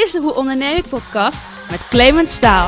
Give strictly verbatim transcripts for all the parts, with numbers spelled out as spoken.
is de Hoe Onderneem ik podcast met Clemens Staal.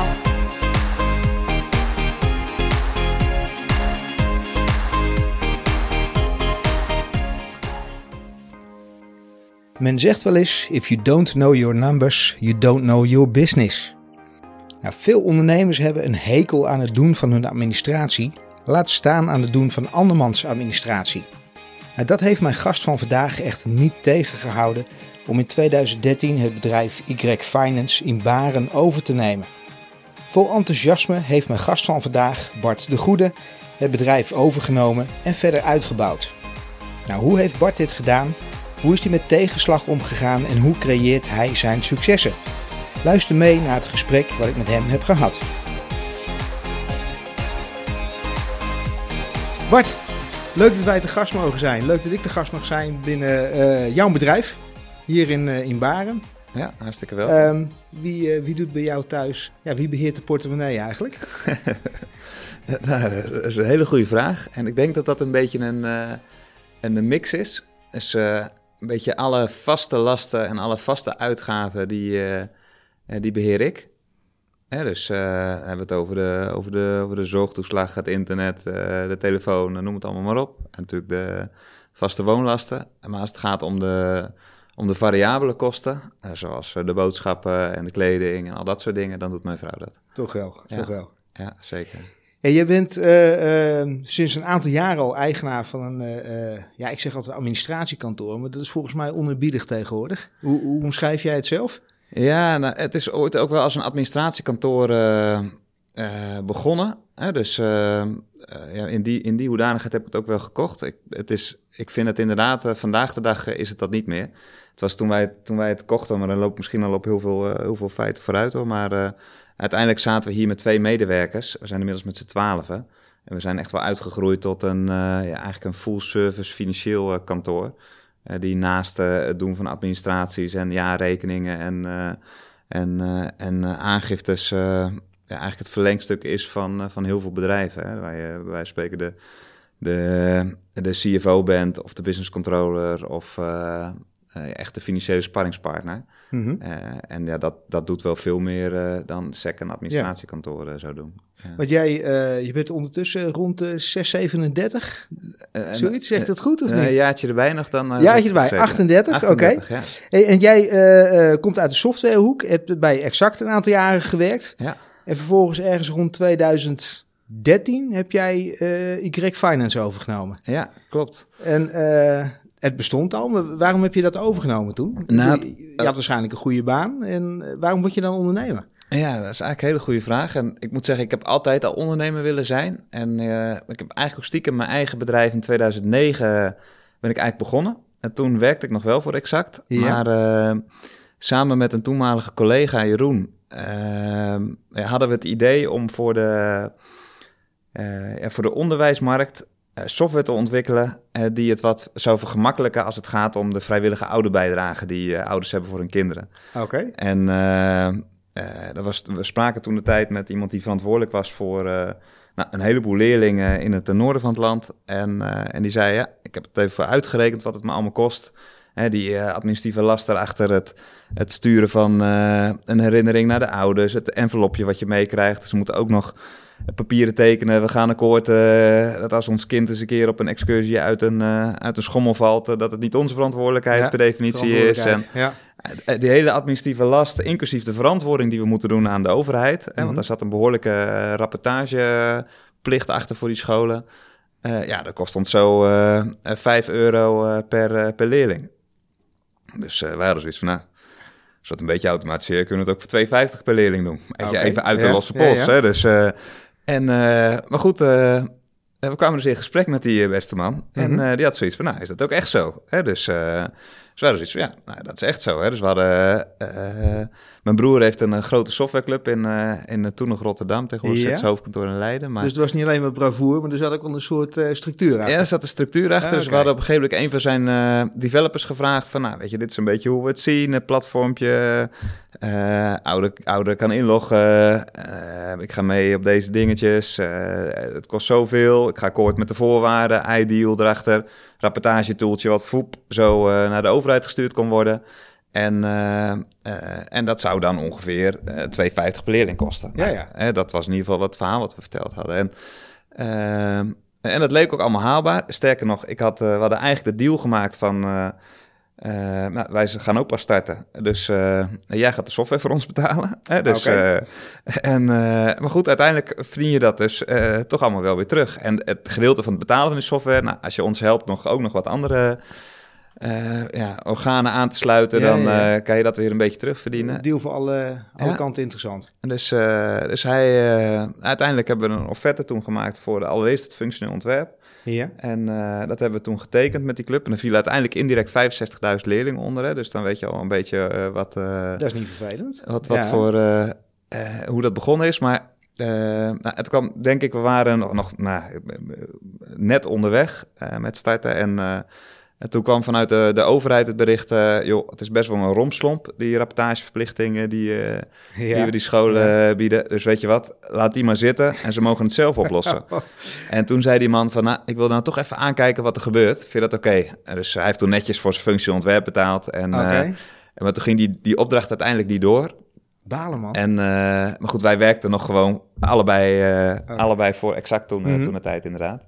Men zegt wel eens, if you don't know your numbers, you don't know your business. Nou, veel ondernemers hebben een hekel aan het doen van hun administratie, laat staan aan het doen van andermans administratie. Nou, dat heeft mijn gast van vandaag echt niet tegengehouden om in tweeduizend dertien het bedrijf Y Finance in Baren over te nemen. Vol enthousiasme heeft mijn gast van vandaag, Bart de Goede, het bedrijf overgenomen en verder uitgebouwd. Nou, hoe heeft Bart dit gedaan? Hoe is hij met tegenslag omgegaan en hoe creëert hij zijn successen? Luister mee naar het gesprek wat ik met hem heb gehad. Bart, leuk dat wij te gast mogen zijn. Leuk dat ik te gast mag zijn binnen uh, jouw bedrijf, hier in, uh, in Baren. Ja, hartstikke wel. Um, wie, uh, wie doet bij jou thuis, ja, wie beheert de portemonnee eigenlijk? ja, nou, dat is een hele goede vraag. En ik denk dat dat een beetje een, uh, een mix is. Dus uh, een beetje alle vaste lasten en alle vaste uitgaven, die, uh, die beheer ik. Ja, dus uh, hebben we het over de, over, de, over de zorgtoeslag, het internet, uh, de telefoon, noem het allemaal maar op. En natuurlijk de vaste woonlasten. Maar als het gaat om de, om de variabele kosten, uh, zoals de boodschappen en de kleding en al dat soort dingen, dan doet mijn vrouw dat. Toch wel, ja. toch wel. Ja, zeker. En jij bent uh, uh, sinds een aantal jaren al eigenaar van een, uh, uh, ja, ik zeg altijd administratiekantoor, maar dat is volgens mij oneerbiedig tegenwoordig. Hoe, hoe omschrijf jij het zelf? Ja, nou, het is ooit ook wel als een administratiekantoor uh, uh, begonnen. Hè? Dus uh, uh, ja, in, die, in die hoedanigheid heb ik het ook wel gekocht. Ik, het is, ik vind het inderdaad, uh, vandaag de dag uh, is het dat niet meer. Het was toen wij, toen wij het kochten, maar dan loopt misschien al op heel veel, uh, heel veel feiten vooruit hoor, maar uh, uiteindelijk zaten we hier met twee medewerkers. We zijn inmiddels met z'n twaalfen. En we zijn echt wel uitgegroeid tot een, uh, ja, eigenlijk een full-service financieel uh, kantoor. Uh, die naast uh, het doen van administraties en jaarrekeningen en, uh, en, uh, en uh, aangiftes uh, ja, eigenlijk het verlengstuk is van, uh, van heel veel bedrijven. Hè. Wij, uh, wij spreken de, de, de C F O bent of de business controller of uh, uh, echt de financiële sparringspartner. Mm-hmm. Uh, en ja, dat, dat doet wel veel meer uh, dan S E C en administratiekantoren ja. zou doen. Ja. Want jij, uh, je bent ondertussen rond de zes zevenendertig, uh, zoiets, zegt dat goed of niet? Een uh, jaartje erbij nog dan. Uh, jaartje erbij, achtendertig, achtendertig oké. Okay. Ja. Hey, en jij uh, uh, komt uit de softwarehoek, hebt bij Exact een aantal jaren gewerkt. Ja. En vervolgens ergens rond tweeduizend dertien heb jij uh, Y Finance overgenomen. Ja, klopt. En uh, het bestond al, maar waarom heb je dat overgenomen toen? Nou, je, je had waarschijnlijk een goede baan en waarom word je dan ondernemer? Ja, dat is eigenlijk een hele goede vraag. En ik moet zeggen, ik heb altijd al ondernemer willen zijn. En uh, ik heb eigenlijk ook stiekem mijn eigen bedrijf in tweeduizend negen ben ik eigenlijk begonnen. En toen werkte ik nog wel voor Exact. Ja. Maar uh, samen met een toenmalige collega, Jeroen, uh, hadden we het idee om voor de, uh, ja, voor de onderwijsmarkt uh, software te ontwikkelen uh, die het wat zou vergemakkelijken als het gaat om de vrijwillige ouderbijdrage die uh, ouders hebben voor hun kinderen. Oké. Okay. En Uh, Uh, dat was, we spraken toen de tijd met iemand die verantwoordelijk was voor uh, nou, een heleboel leerlingen in het noorden van het land. En, uh, en die zei, ja, ik heb het even uitgerekend wat het me allemaal kost. Hè, die uh, administratieve last erachter, het, het sturen van uh, een herinnering naar de ouders, het envelopje wat je meekrijgt. Ze moeten ook nog papieren tekenen. We gaan akkoord uh, dat als ons kind eens een keer op een excursie uit een, uh, uit een schommel valt, uh, dat het niet onze verantwoordelijkheid ja, per definitie is. En, ja. Die hele administratieve last, inclusief de verantwoording die we moeten doen aan de overheid. Hè, mm-hmm. Want daar zat een behoorlijke uh, rapportageplicht achter voor die scholen. Uh, ja, dat kost ons zo uh, vijf euro uh, per, uh, per leerling. Dus uh, wij hadden zoiets van, nou, als we het een beetje automatiseren, kunnen we het ook voor twee vijftig per leerling doen. Weet je, okay. Even uit de ja, losse post. Ja, ja. Hè, dus, uh, en, uh, maar goed, uh, we kwamen dus in gesprek met die beste man. Mm-hmm. En uh, die had zoiets van, nou, is dat ook echt zo? Hè, dus... Uh, Dus we hadden zoiets van, ja, nou, dat is echt zo. Hè? Dus we hadden... Uh, mijn broer heeft een uh, grote softwareclub in, uh, in toen nog Rotterdam. Tegenwoordig ja. zit zijn hoofdkantoor in Leiden. Maar... Dus het was niet alleen maar bravoure, maar er zat ook al een soort uh, structuur achter. Ja, er zat een structuur achter. Ah, dus okay. we hadden op een gegeven moment een van zijn uh, developers gevraagd van, nou, weet je, dit is een beetje hoe we het zien. Een platformpje, uh, ouder, ouder kan inloggen. Uh, ik ga mee op deze dingetjes. Uh, het kost zoveel. Ik ga akkoord met de voorwaarden. Ideal erachter. Rapportagetooltje wat voep zo uh, naar de overheid gestuurd kon worden. En, uh, uh, en dat zou dan ongeveer uh, twee euro vijftig per leerling kosten. Ja, ja. Nou, uh, dat was in ieder geval wat het verhaal wat we verteld hadden. En, uh, en dat leek ook allemaal haalbaar. Sterker nog, ik had, uh, we hadden eigenlijk de deal gemaakt van... Uh, Uh, nou, wij gaan ook pas starten. Dus uh, jij gaat de software voor ons betalen. Hè? Dus, okay. uh, en, uh, maar goed, uiteindelijk verdien je dat dus uh, toch allemaal wel weer terug. En het gedeelte van het betalen van die software... Nou, als je ons helpt nog ook nog wat andere uh, ja, organen aan te sluiten... Ja, dan ja, ja. Uh, kan je dat weer een beetje terugverdienen. Een deal voor alle, alle ja. kanten interessant. Dus, uh, dus hij, uh, uiteindelijk hebben we een offerte toen gemaakt... voor de allereerst het functioneel ontwerp. Ja. En uh, dat hebben we toen getekend met die club. En er vielen uiteindelijk indirect vijfenzestigduizend leerlingen onder. Hè? Dus dan weet je al een beetje uh, wat... Uh, dat is niet vervelend. Wat, wat ja. voor... Uh, uh, hoe dat begonnen is. Maar uh, nou, het kwam, denk ik, we waren nog, nog nou, net onderweg uh, met starten. En, uh, en toen kwam vanuit de, de overheid het bericht... Uh, joh, het is best wel een rompslomp, die rapportageverplichtingen die, uh, ja. die we die scholen ja. bieden. Dus weet je wat, laat die maar zitten en ze mogen het zelf oplossen. Ja. En toen zei die man van, nou, ik wil nou toch even aankijken wat er gebeurt. Vind je dat oké? Okay? Dus hij heeft toen netjes voor zijn functioneel ontwerp betaald. En, okay. uh, en maar toen ging die, die opdracht uiteindelijk niet door. Balen, man. En, uh, maar goed, wij werkten nog gewoon allebei, uh, oh. allebei voor Exact toen, mm-hmm. uh, toen de tijd inderdaad.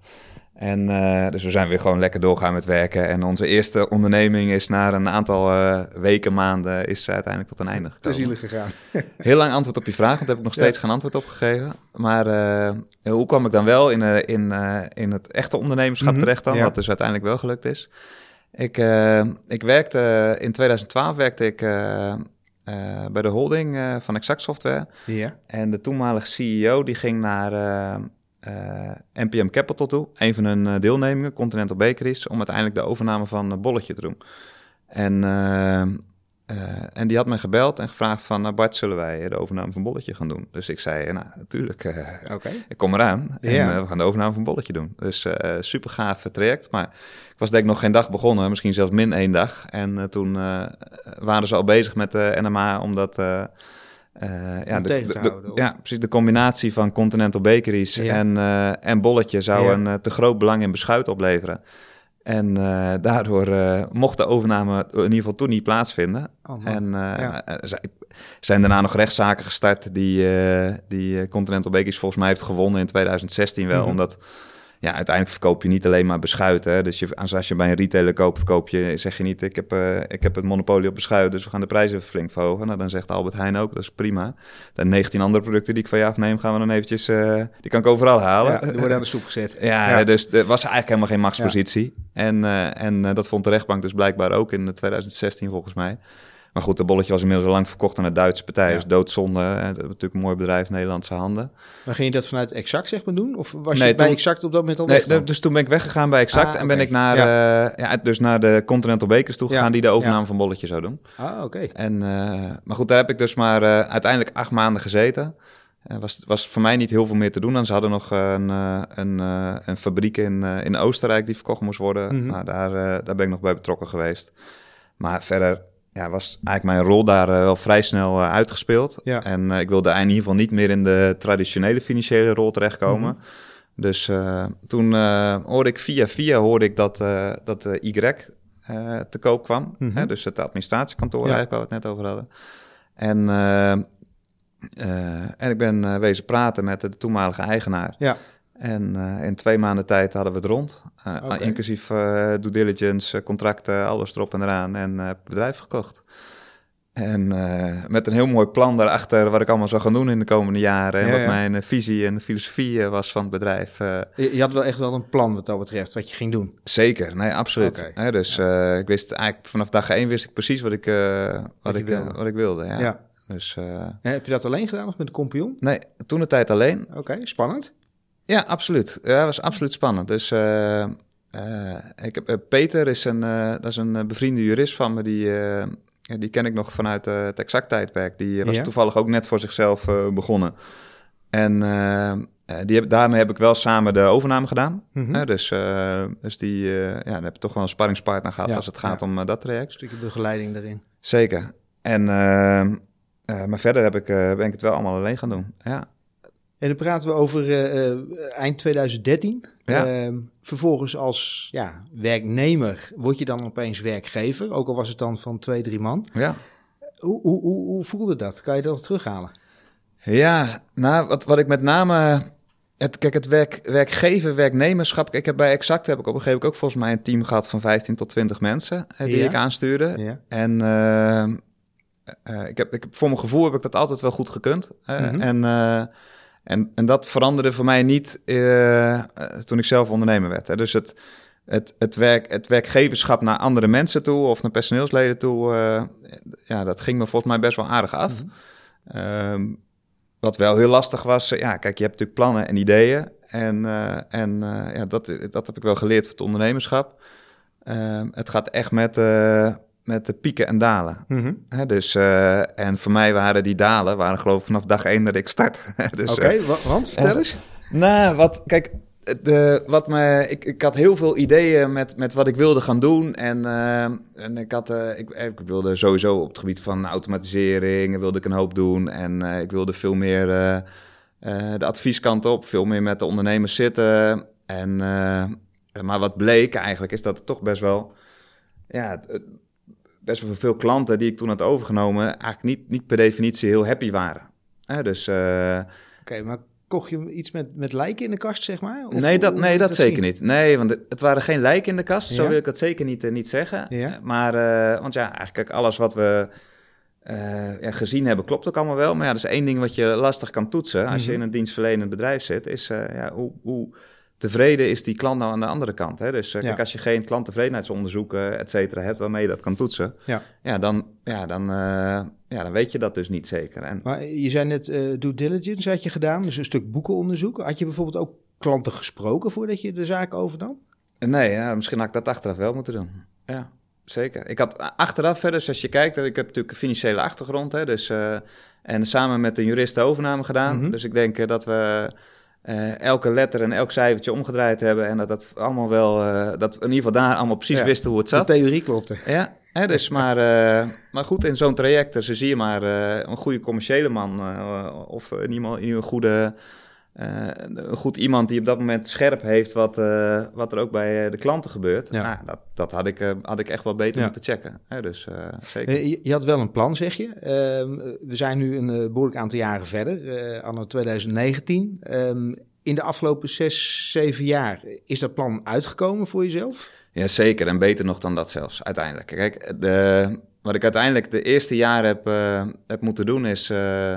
En uh, dus we zijn weer gewoon lekker doorgaan met werken. En onze eerste onderneming is na een aantal uh, weken, maanden... is uiteindelijk tot een einde gekomen. Te zielig gegaan. Heel lang antwoord op je vraag, want daar heb ik nog steeds ja. geen antwoord op gegeven. Maar uh, hoe kwam ik dan wel in, uh, in, uh, in het echte ondernemerschap mm-hmm. terecht dan? Ja. Wat dus uiteindelijk wel gelukt is. Ik, uh, ik werkte in tweeduizend twaalf werkte ik... Uh, Uh, bij de holding uh, van Exact Software. Ja. En de toenmalige C E O die ging naar uh, uh, N P M Capital toe. Een van hun uh, deelnemingen, Continental Bakeries... om uiteindelijk de overname van uh, Bolletje te doen. En, uh, uh, en die had mij gebeld en gevraagd van... Uh, Bart, zullen wij de overname van Bolletje gaan doen? Dus ik zei, nou, natuurlijk, uh, okay. ik kom eraan. En ja. uh, we gaan de overname van Bolletje doen. Dus uh, super gaaf traject, maar... Ik was denk ik nog geen dag begonnen, misschien zelfs min één dag. En uh, toen uh, waren ze al bezig met de N M A om dat... Uh, uh, ja, de, de, de, ja, precies de combinatie van Continental Bakeries ja. en, uh, en Bolletje zou ja. een uh, te groot belang in beschuit opleveren. En uh, daardoor uh, mocht de overname in ieder geval toen niet plaatsvinden. Oh, en uh, ja. uh, zijn daarna nog rechtszaken gestart die, uh, die Continental Bakeries volgens mij heeft gewonnen in tweeduizend zestien wel, mm-hmm. omdat... Ja, uiteindelijk verkoop je niet alleen maar beschuit. Hè? Dus je, als je bij een retailer koopt, verkoop je, zeg je niet... ik heb, uh, ik heb het monopolie op beschuit, dus we gaan de prijzen even flink verhogen. Nou, dan zegt Albert Heijn ook, dat is prima. De negentien andere producten die ik van je afneem, gaan we dan eventjes... Uh, die kan ik overal halen. Ja, die worden aan de stoep gezet. ja, ja, dus er was eigenlijk helemaal geen machtspositie. Ja. En, uh, en uh, dat vond de rechtbank dus blijkbaar ook in tweeduizend zestien volgens mij. Maar goed, de Bolletje was inmiddels al lang verkocht aan de Duitse partij. Ja. Dus doodzonde. Hè. Dat is natuurlijk een mooi bedrijf, Nederlandse handen. Maar ging je dat vanuit Exact zeg maar doen? Of was nee, je bij toen, Exact op dat moment al nee, weg? Dus toen ben ik weggegaan bij Exact. Ah, en ben okay. ik naar, ja. Uh, ja, dus naar de Continental Bakers toe gegaan... Ja. die de overname ja. van Bolletje zou doen. Ah, oké. Okay. En uh, Maar goed, daar heb ik dus maar uh, uiteindelijk acht maanden gezeten. Er uh, was, was voor mij niet heel veel meer te doen. En ze hadden nog een, uh, een, uh, een fabriek in, uh, in Oostenrijk die verkocht moest worden. Mm-hmm. Nou, daar, uh, daar ben ik nog bij betrokken geweest. Maar verder... Ja, was eigenlijk mijn rol daar uh, wel vrij snel uh, uitgespeeld. Ja. En uh, ik wilde in ieder geval niet meer in de traditionele financiële rol terechtkomen. Mm-hmm. Dus uh, toen uh, hoorde ik via via hoorde ik dat, uh, dat uh, Y uh, te koop kwam. Mm-hmm. Hè? Dus het administratiekantoor ja. eigenlijk waar we het net over hadden. En, uh, uh, en ik ben uh, wezen praten met de toenmalige eigenaar. Ja. En uh, in twee maanden tijd hadden we het rond. Uh, okay. Inclusief uh, due diligence, uh, contracten, alles erop en eraan. En uh, het bedrijf gekocht. En uh, met een heel mooi plan daarachter wat ik allemaal zou gaan doen in de komende jaren. En ja, wat ja. mijn uh, visie en filosofie uh, was van het bedrijf. Uh, je, je had wel echt wel een plan wat dat betreft, wat je ging doen? Zeker, nee, absoluut. Okay. Hè, dus ja. uh, ik wist eigenlijk vanaf dag één wist ik precies wat ik, uh, wat wat ik, wilde. Uh, wat ik wilde. Ja. Ja. Dus, uh, ja, heb je dat alleen gedaan of met de compagnon? Nee, toen de tijd alleen. Oké, okay, spannend. Ja, absoluut. Ja, het was absoluut spannend. Dus uh, uh, ik heb, uh, Peter is een, uh, dat is een bevriende jurist van me. Die, uh, die ken ik nog vanuit uh, het Exact tijdperk. Die was ja. toevallig ook net voor zichzelf uh, begonnen. En uh, die heb, daarmee heb ik wel samen de overname gedaan. Mm-hmm. Uh, dus uh, dus die, uh, ja, dan heb je toch wel een sparringspartner gehad ja, als het gaat ja. om uh, dat traject. Een stukje begeleiding daarin. Zeker. En, uh, uh, maar verder heb ik, uh, ben ik het wel allemaal alleen gaan doen. Ja. En dan praten we over uh, uh, eind tweeduizend dertien. Ja. Um, vervolgens als ja, werknemer word je dan opeens werkgever. Ook al was het dan van twee, drie man. Ja. Hoe, hoe, hoe, hoe voelde dat? Kan je dat terughalen? Ja, nou, wat, wat ik met name... Het, kijk, het werk, werkgever, werknemerschap... Ik heb bij Exact heb ik op een gegeven moment ook volgens mij een team gehad van vijftien tot twintig mensen eh, die ja. ik aanstuurde. Ja. En uh, uh, ik heb, ik, voor mijn gevoel heb ik dat altijd wel goed gekund. Uh, mm-hmm. en, uh, en, en dat veranderde voor mij niet uh, toen ik zelf ondernemer werd. Hè. Dus het, het, het, werk, het werkgeverschap naar andere mensen toe of naar personeelsleden toe... Uh, ja, dat ging me volgens mij best wel aardig af. Mm-hmm. Um, Wat wel heel lastig was, ja, kijk, je hebt natuurlijk plannen en ideeën. En, uh, en uh, ja, dat, dat heb ik wel geleerd van het ondernemerschap. Uh, het gaat echt met, uh, met de pieken en dalen. Mm-hmm. Hè, dus, uh, en voor mij waren die dalen, waren geloof ik vanaf dag één dat ik start. Dus, Oké, okay, uh, want vertel eens. Uh, nou, wat, kijk... De, wat me, ik, ik had heel veel ideeën met, met wat ik wilde gaan doen. En, uh, en ik, had, uh, ik, ik wilde sowieso op het gebied van automatisering... wilde ik een hoop doen. En uh, ik wilde veel meer uh, uh, de advieskant op. Veel meer met de ondernemers zitten. En, uh, maar wat bleek eigenlijk is dat het toch best wel... Ja, best wel veel klanten die ik toen had overgenomen... eigenlijk niet, niet per definitie heel happy waren. Uh, dus... Uh, Oké, okay, maar... Kocht je iets met, met lijken in de kast, zeg maar? Of nee, dat, nee, dat, dat zeker zien? niet. Nee, want het, het waren geen lijken in de kast. Ja? Zo wil ik dat zeker niet, uh, niet zeggen. Ja? Maar, uh, want ja, eigenlijk alles wat we uh, ja, gezien hebben, klopt ook allemaal wel. Maar ja, dat is één ding wat je lastig kan toetsen als mm-hmm. je in een dienstverlenend bedrijf zit. Is uh, ja, hoe, hoe tevreden is die klant nou aan de andere kant? Hè? Dus uh, ja. kijk, als je geen klanttevredenheidsonderzoeken, et cetera, hebt waarmee je dat kan toetsen. Ja, ja dan... Ja, dan uh, Ja, dan weet je dat dus niet zeker. En... Maar je zei net uh, due diligence had je gedaan, dus een stuk boekenonderzoek. Had je bijvoorbeeld ook klanten gesproken voordat je de zaak overnam? Nee, ja, misschien had ik dat achteraf wel moeten doen. Ja, zeker. Ik had achteraf verder, dus als je kijkt, ik heb natuurlijk een financiële achtergrond. Hè, dus, uh, en samen met een jurist de overname gedaan. Mm-hmm. Dus ik denk uh, dat we uh, elke letter en elk cijfertje omgedraaid hebben. En dat dat allemaal wel, uh, dat we in ieder geval daar allemaal precies ja, wisten hoe het zat. De theorie klopte. Ja. He, dus maar, uh, maar goed, in zo'n traject, dus zie je maar uh, een goede commerciële man uh, of in ieder geval een goede, uh, een goed iemand die op dat moment scherp heeft wat, uh, wat er ook bij uh, de klanten gebeurt. Ja. Nou, dat dat had, ik, uh, had ik echt wel beter ja. moeten checken. He, dus, uh, zeker. Je, je had wel een plan, zeg je. Uh, we zijn nu een uh, behoorlijk aantal jaren verder, uh, anno twintig negentien. Um, in de afgelopen zes, zeven jaar, is dat plan uitgekomen voor jezelf? Ja, zeker. En beter nog dan dat zelfs, uiteindelijk. Kijk, de, wat ik uiteindelijk de eerste jaren heb, uh, heb moeten doen is... Uh, uh,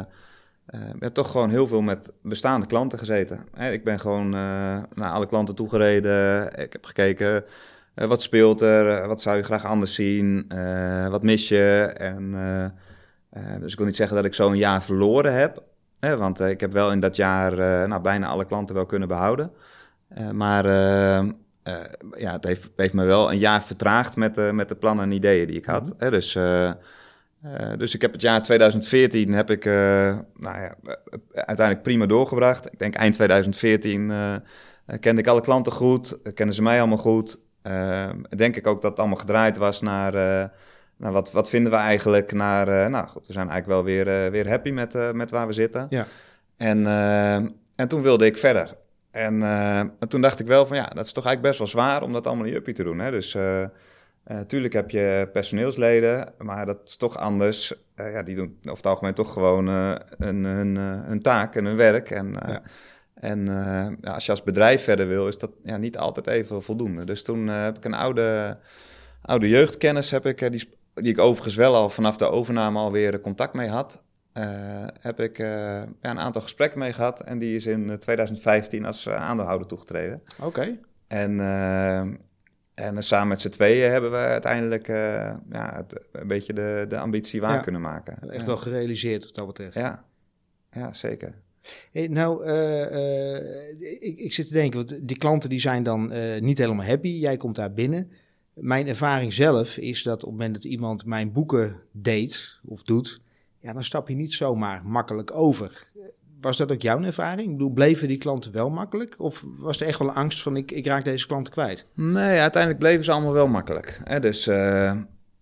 ik heb toch gewoon heel veel met bestaande klanten gezeten. Hè, ik ben gewoon uh, naar alle klanten toegereden. Ik heb gekeken, uh, wat speelt er? Wat zou je graag anders zien? Uh, wat mis je? En, uh, uh, dus ik wil niet zeggen dat ik zo'n jaar verloren heb. Hè, want uh, ik heb wel in dat jaar uh, nou, bijna alle klanten wel kunnen behouden. Uh, maar... Uh, Uh, ja, het heeft, heeft me wel een jaar vertraagd met, uh, met de plannen en ideeën die ik had. Mm-hmm. Hè? Dus, uh, uh, dus ik heb het jaar twintig veertien heb ik uh, nou ja, uiteindelijk prima doorgebracht. Ik denk eind twintig veertien uh, kende ik alle klanten goed, kenden ze mij allemaal goed. Uh, denk ik ook dat het allemaal gedraaid was naar, uh, naar wat, wat vinden we eigenlijk. Naar, uh, nou goed, we zijn eigenlijk wel weer, uh, weer happy met, uh, met waar we zitten. Ja. En, uh, en toen wilde ik verder. En uh, toen dacht ik wel van ja, dat is toch eigenlijk best wel zwaar om dat allemaal in je uppie te doen. Hè? Dus uh, natuurlijk uh, heb je personeelsleden, maar dat is toch anders. Uh, ja, die doen over het algemeen toch gewoon uh, hun, hun, uh, hun taak en hun werk. En, uh, ja. en uh, ja, als je als bedrijf verder wil, is dat ja, niet altijd even voldoende. Dus toen uh, heb ik een oude, oude jeugdkennis, heb ik, uh, die, die ik overigens wel al vanaf de overname alweer contact mee had. Uh, heb ik uh, ja, een aantal gesprekken mee gehad. En die is in twintig vijftien als uh, aandeelhouder toegetreden. Oké. Okay. En, uh, en uh, samen met z'n tweeën hebben we uiteindelijk uh, ja, het, een beetje de, de ambitie waar ja. kunnen maken. Echt ja. wel gerealiseerd wat dat betreft. Ja, ja zeker. Hey, nou, uh, uh, ik, ik zit te denken, want die klanten die zijn dan uh, niet helemaal happy. Jij komt daar binnen. Mijn ervaring zelf is dat op het moment dat iemand mijn boeken deed of doet... ja, dan stap je niet zomaar makkelijk over. Was dat ook jouw ervaring? Ik bedoel, bleven die klanten wel makkelijk? Of was er echt wel angst van, ik, ik raak deze klanten kwijt? Nee, uiteindelijk bleven ze allemaal wel makkelijk. Hè? Dus, uh, uh,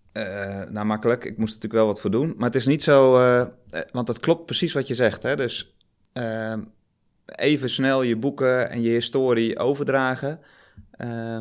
nou makkelijk, ik moest er natuurlijk wel wat voor doen. Maar het is niet zo, uh, want het klopt precies wat je zegt. Hè? Dus uh, even snel je boeken en je historie overdragen. Uh,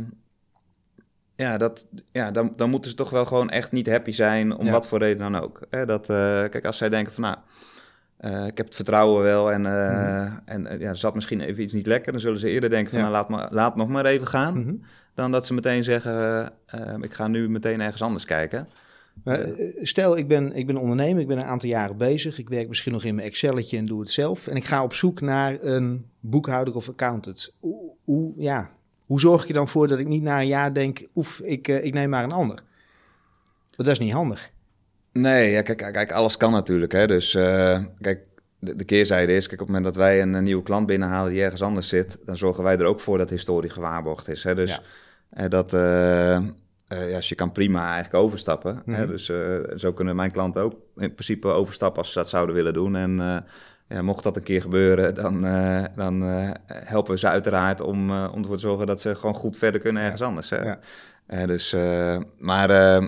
ja, dat, ja dan, dan moeten ze toch wel gewoon echt niet happy zijn, om ja. wat voor reden dan ook. Hè, dat, uh, kijk, als zij denken van, nou, uh, ik heb het vertrouwen wel en, uh, mm-hmm. en uh, ja, zat misschien even iets niet lekker, dan zullen ze eerder denken van, ja. nou, laat, maar, laat nog maar even gaan, mm-hmm. dan dat ze meteen zeggen, uh, uh, ik ga nu meteen ergens anders kijken. Uh, stel, ik ben, ik ben ondernemer, ik ben een aantal jaren bezig. Ik werk misschien nog in mijn Excelletje en doe het zelf. En ik ga op zoek naar een boekhouder of accountant. Hoe, hoe, ja, hoe zorg je dan voor dat ik niet na een jaar denk, oef, ik, uh, ik neem maar een ander? Want dat is niet handig. Nee, ja, kijk, kijk, alles kan natuurlijk. Hè. Dus uh, kijk, de, de keerzijde is, kijk, op het moment dat wij een, een nieuwe klant binnenhalen die ergens anders zit, dan zorgen wij er ook voor dat de historie gewaarborgd is. Hè. Dus ja. uh, dat... Uh, Uh, ja, dus je kan prima eigenlijk overstappen. Mm-hmm. Hè? Dus uh, zo kunnen mijn klanten ook in principe overstappen als ze dat zouden willen doen. En uh, ja, mocht dat een keer gebeuren, dan, uh, dan uh, helpen we ze uiteraard om, uh, om ervoor te zorgen dat ze gewoon goed verder kunnen ergens ja. anders. Hè? Ja. Uh, dus, uh, maar uh,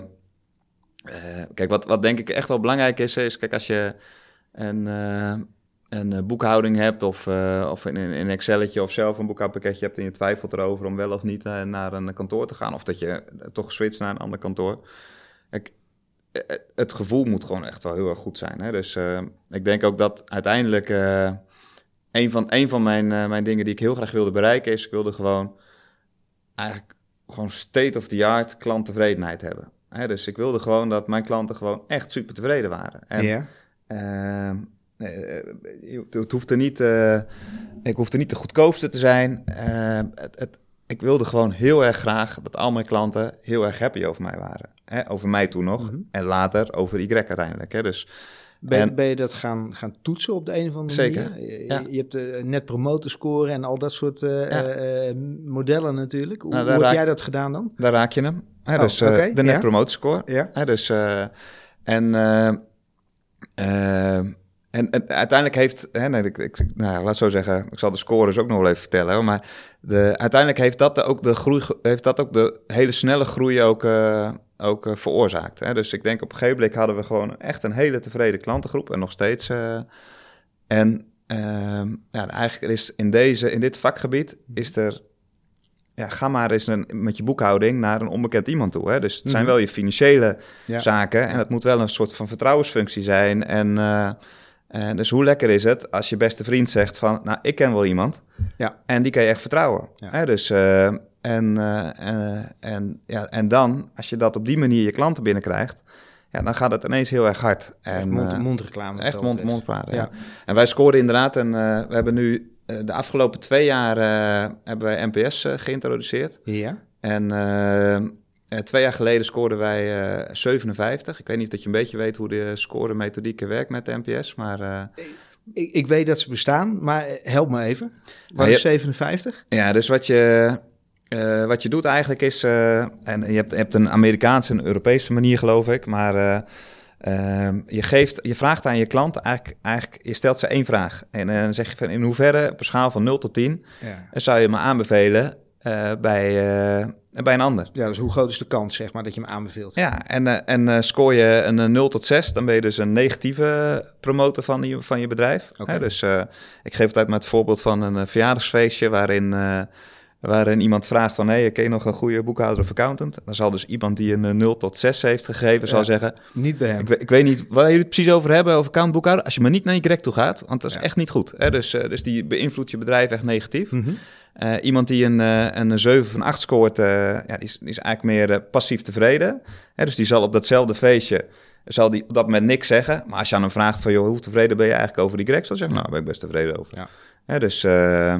uh, kijk, wat, wat denk ik echt wel belangrijk is, is kijk, als je een... Uh, een boekhouding hebt of, uh, of in een Excelletje of zelf een boekhoudpakketje hebt en je twijfelt erover om wel of niet uh, naar een kantoor te gaan of dat je uh, toch switcht naar een ander kantoor. Ik, uh, het gevoel moet gewoon echt wel heel erg goed zijn. Hè? Dus uh, ik denk ook dat uiteindelijk uh, een van, een van mijn, uh, mijn dingen die ik heel graag wilde bereiken is, ik wilde gewoon eigenlijk gewoon state-of-the-art klanttevredenheid hebben. Hè? Dus ik wilde gewoon dat mijn klanten gewoon echt super tevreden waren. En, ja. Uh, Nee, het hoeft er niet, uh, ik hoefde niet de goedkoopste te zijn. Uh, het, het, ik wilde gewoon heel erg graag dat al mijn klanten heel erg happy over mij waren. Hè? Over mij toen nog mm-hmm. en later over Y uiteindelijk. Hè? Dus, ben, en, ben je dat gaan, gaan toetsen op de een of andere zeker, manier? Je, ja. je hebt de net promoter score en al dat soort uh, ja. uh, modellen natuurlijk. Hoe, nou, hoe raak, heb jij dat gedaan dan? Daar raak je hem. Hè? Oh, Dus uh, okay. de net ja? promoter score. Ja. Hè? Dus, uh, en... Uh, uh, En, en uiteindelijk heeft, hè, nee, ik, ik, nou, laat zo zeggen, ik zal de scores ook nog wel even vertellen, hoor, maar de, uiteindelijk heeft dat de, ook de groei, heeft dat ook de hele snelle groei ook, uh, ook uh, veroorzaakt. Hè. Dus ik denk op een gegeven moment hadden we gewoon echt een hele tevreden klantengroep en nog steeds. Uh, en uh, ja, eigenlijk is in deze, in dit vakgebied is er, ja, ga maar eens een, met je boekhouding naar een onbekend iemand toe. Hè. Dus het zijn wel je financiële ja. zaken en het moet wel een soort van vertrouwensfunctie zijn en uh, Uh, dus hoe lekker is het als je beste vriend zegt van, nou, ik ken wel iemand ja. en die kan je echt vertrouwen. Ja. Hè, dus, uh, en, uh, uh, en, ja, en dan, als je dat op die manier je klanten binnenkrijgt, ja, dan gaat het ineens heel erg hard. Echt mond-to-mond reclame. Echt mond-to-mond praten, ja. ja. En wij scoren inderdaad, en uh, we hebben nu uh, de afgelopen twee jaar uh, hebben wij N P S uh, geïntroduceerd. Ja. En... Uh, Uh, twee jaar geleden scoorden wij uh, zevenenvijftig. Ik weet niet of dat je een beetje weet hoe de scoremethodiek werkt met de N P S, maar... Uh... Ik, ik weet dat ze bestaan, maar help me even. Wat is zevenenvijftig? Ja, dus wat je, uh, wat je doet eigenlijk is... Uh, en je hebt, je hebt een Amerikaanse en een Europese manier, geloof ik, maar... Uh, Uh, je, geeft, je vraagt aan je klant, eigenlijk, eigenlijk, je stelt ze één vraag. En uh, dan zeg je van, in hoeverre, op een schaal van nul tot tien... Ja. zou je me aanbevelen uh, bij... Uh, bij een ander. Ja, dus hoe groot is de kans, zeg maar, dat je hem aanbeveelt? Ja, en, uh, en uh, scoor je een uh, nul tot zes, dan ben je dus een negatieve promotor van je, van je bedrijf. Okay. Hè, dus uh, ik geef het uit met het voorbeeld van een uh, verjaardagsfeestje waarin, uh, waarin iemand vraagt van, hé, hey, ken je nog een goede boekhouder of accountant? Dan zal dus iemand die een uh, nul tot zes heeft gegeven, ja, zal zeggen... Niet bij hem. Ik, ik weet niet waar jullie het precies over hebben, over accountboekhouder, als je maar niet naar je direct toe gaat, want dat is ja. echt niet goed. Hè? Dus, uh, dus die beïnvloedt je bedrijf echt negatief. Mm-hmm. Uh, iemand die een, uh, een zeven of een acht scoort, uh, ja, die, is, die is eigenlijk meer uh, passief tevreden. Hè, dus die zal op datzelfde feestje, zal die op dat moment niks zeggen. Maar als je aan hem vraagt van, joh, hoe tevreden ben je eigenlijk over die Greg? Dan zeg je, nou, daar ben ik best tevreden over. Ja. Hè, dus, uh, uh,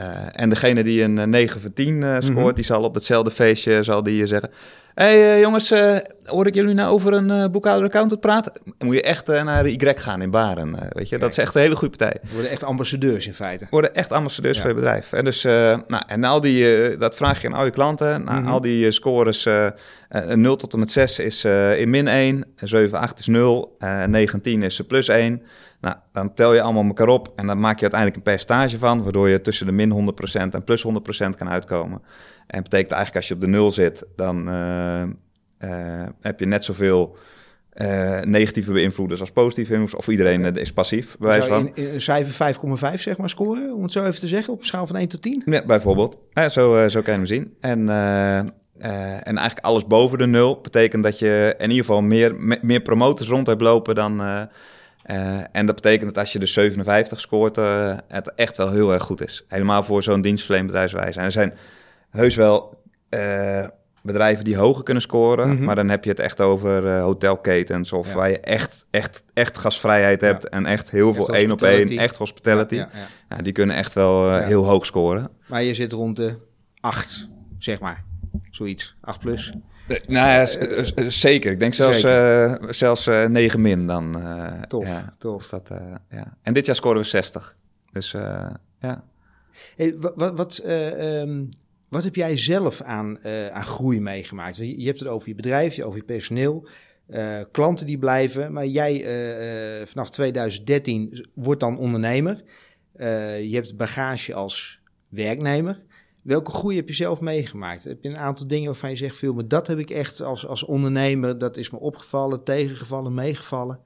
en degene die een uh, negen van tien uh, scoort, mm-hmm. die zal op datzelfde feestje zal die, uh, zeggen... Hé hey, uh, jongens, uh, hoor ik jullie nou over een uh, boekhouder-accountant praten? Dan moet je echt uh, naar Y gaan in Baren, uh, weet je. Kijk, dat is echt een hele goede partij. We worden echt ambassadeurs in feite. We worden echt ambassadeurs ja. voor je bedrijf. En dus, uh, nou, en al die, uh, dat vraag je aan al je klanten. Nou, mm-hmm. Al die uh, scores, uh, uh, nul tot en met zes is uh, in min één, zeven, acht is nul, uh, negen, tien is plus één. Nou, dan tel je allemaal elkaar op en dan maak je uiteindelijk een percentage van, waardoor je tussen de min honderd procent en plus honderd procent kan uitkomen. En dat betekent eigenlijk als je op de nul zit, dan uh, uh, heb je net zoveel uh, negatieve beïnvloeders als positieve beïnvloeders. Of iedereen okay. is passief, bij wijze van. Zou je een cijfer vijf komma vijf zeg maar scoren, om het zo even te zeggen, op een schaal van één tot tien? Ja, bijvoorbeeld. Ja, zo, uh, zo kan je hem zien. En, uh, uh, en eigenlijk alles boven de nul betekent dat je in ieder geval meer, me, meer promotors rond hebt lopen dan... Uh, Uh, en dat betekent dat als je dus zevenenvijftig scoort, uh, het echt wel heel erg goed is. Helemaal voor zo'n dienstverlenend bedrijfswijze. En er zijn heus wel uh, bedrijven die hoger kunnen scoren, mm-hmm. maar dan heb je het echt over uh, hotelketens of ja. waar je echt, echt, echt gastvrijheid hebt ja. en echt heel echt veel één op één, echt hospitality. Ja, ja, ja. Ja, die kunnen echt wel uh, ja. heel hoog scoren. Maar je zit rond de acht, zeg maar. Zoiets, acht plus. Uh, nou ja, uh, uh, zeker. Ik denk zelfs, uh, zelfs uh, negen min dan. Uh, tof, ja, tof. Dat, uh, ja. En dit jaar scoren we zestig. Dus uh, ja. Hey, wat, wat, uh, um, wat heb jij zelf aan, uh, aan groei meegemaakt? Je, je hebt het over je bedrijf, over je personeel, uh, klanten die blijven. Maar jij uh, uh, vanaf twintig dertien wordt dan ondernemer. Uh, je hebt bagage als werknemer. Welke groei heb je zelf meegemaakt? Heb je een aantal dingen waarvan je zegt, veel, maar dat heb ik echt als, als ondernemer, dat is me opgevallen, tegengevallen, meegevallen?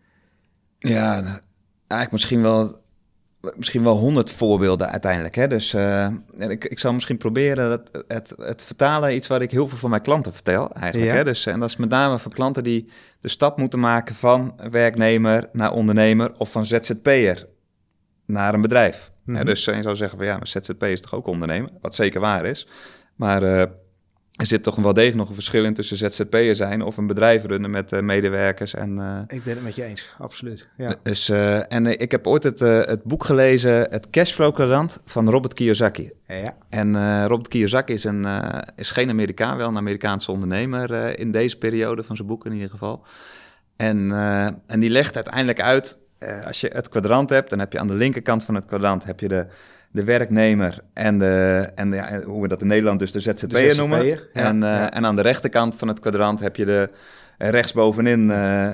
Ja, eigenlijk misschien wel, misschien wel honderd voorbeelden uiteindelijk. Hè? Dus uh, ik, ik zal misschien proberen het, het, het vertalen, iets wat ik heel veel van mijn klanten vertel eigenlijk. Ja. Hè? Dus, en dat is met name voor klanten die de stap moeten maken van werknemer naar ondernemer of van Z Z P'er naar een bedrijf. Mm-hmm. Ja, dus je zou zeggen van ja, maar Z Z P is toch ook ondernemen? Wat zeker waar is. Maar uh, er zit toch wel degelijk nog een verschil in tussen Z Z P'er zijn of een bedrijf runnen met uh, medewerkers. En, uh, ik ben het met je eens, absoluut. Ja. Dus, uh, en uh, ik heb ooit het, uh, het boek gelezen, Het Cashflow Kwadrant van Robert Kiyosaki. Ja. En uh, Robert Kiyosaki is, een, uh, is geen Amerikaan, wel een Amerikaanse ondernemer uh, in deze periode van zijn boek in ieder geval. En, uh, en die legt uiteindelijk uit... Uh, als je het kwadrant hebt, dan heb je aan de linkerkant van het kwadrant heb je de, de werknemer en, de, en de, ja, hoe we dat in Nederland dus de Z Z P'er noemen. Ja, en, uh, ja. en aan de rechterkant van het kwadrant heb je de rechtsbovenin uh,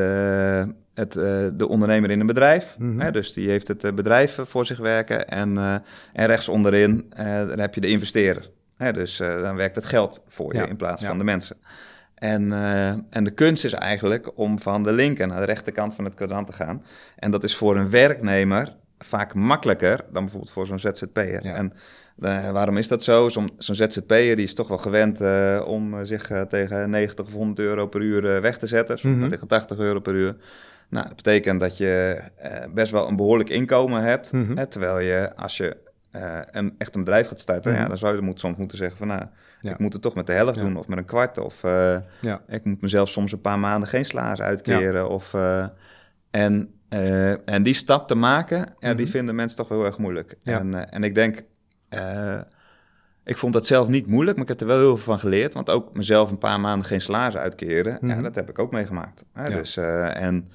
de, het, uh, de ondernemer in een bedrijf. Mm-hmm. Hè, dus die heeft het uh, bedrijf voor zich werken. En, uh, en rechts onderin uh, dan heb je de investeerder. Hè, dus uh, dan werkt het geld voor je ja. in plaats ja. van de mensen. En, uh, en de kunst is eigenlijk om van de linker naar de rechterkant van het kwadrant te gaan. En dat is voor een werknemer vaak makkelijker dan bijvoorbeeld voor zo'n Z Z P'er. Ja. En uh, waarom is dat zo? Zo'n, zo'n Z Z P'er die is toch wel gewend uh, om uh, zich uh, tegen negentig of honderd euro per uur uh, weg te zetten. Soms mm-hmm. tegen tachtig euro per uur. Nou, dat betekent dat je uh, best wel een behoorlijk inkomen hebt. Mm-hmm. Hè, terwijl je als je uh, een, echt een bedrijf gaat starten, mm-hmm. ja, dan zou je moet, soms moeten zeggen van nou... Ja. Ik moet het toch met de helft ja. doen of met een kwart. Of uh, ja. ik moet mezelf soms een paar maanden geen salaris uitkeren. Ja. Of, uh, en, uh, en die stap te maken, mm-hmm. ja, die vinden mensen toch wel heel erg moeilijk. Ja. En, uh, en ik denk, uh, ik vond dat zelf niet moeilijk, maar ik heb er wel heel veel van geleerd. Want ook mezelf een paar maanden geen salaris uitkeren, mm-hmm. ja, dat heb ik ook meegemaakt. Ja, ja. Dus, uh, en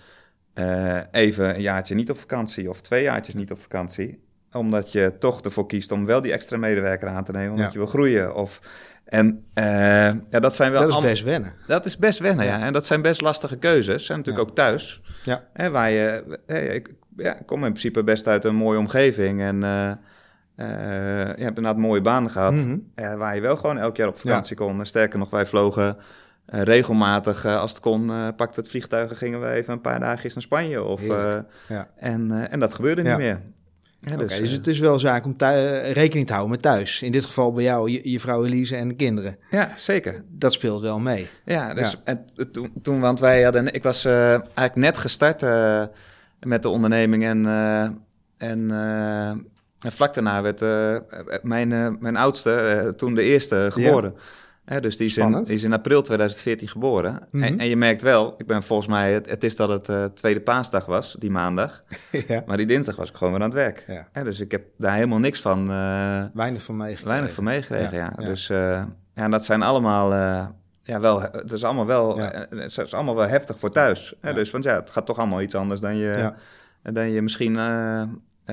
uh, even een jaartje niet op vakantie of twee jaartjes niet op vakantie. Omdat je toch ervoor kiest om wel die extra medewerker aan te nemen, omdat ja. je wil groeien. Of... En uh, ja, dat zijn wel... Dat is am- best wennen. Dat is best wennen, ja. ja. En dat zijn best lastige keuzes. En natuurlijk ja. ook thuis. Ja. Hè, waar je... Hè, ik ja, kom in principe best uit een mooie omgeving. En uh, uh, je hebt inderdaad mooie banen gehad. Mm-hmm. Uh, waar je wel gewoon elk jaar op vakantie ja. kon. Sterker nog, wij vlogen uh, regelmatig. Uh, als het kon, uh, pakte het vliegtuig en gingen we even een paar dagjes naar Spanje. Of, uh, ja. en, uh, en dat gebeurde ja. niet meer. Ja, dus, okay, dus het is wel zaak om thu- rekening te houden met thuis. In dit geval bij jou, je, je vrouw Elise en de kinderen. Ja, zeker. Dat speelt wel mee. Ja, dus ja. En toen, toen, want wij hadden... Ik was uh, eigenlijk net gestart uh, met de onderneming en... Uh, en uh, en vlak daarna werd uh, mijn, uh, mijn oudste, uh, toen de eerste, geboren. Ja. Ja, dus die is, in, die is in april tweeduizend veertien geboren. Mm-hmm. En, en je merkt wel, ik ben volgens mij, het, het is dat het uh, tweede paasdag was, die maandag. Ja. Maar die dinsdag was ik gewoon weer aan het werk. Ja. Ja, dus ik heb daar helemaal niks van... Uh, weinig van meegekregen. Weinig van meegekregen, ja. ja. ja. Dus uh, ja, dat zijn allemaal... Uh, ja, wel, het is allemaal wel, ja. uh, het is allemaal wel heftig voor thuis. Ja. Ja, dus, want ja, het gaat toch allemaal iets anders dan je, ja. dan je misschien... Uh, uh,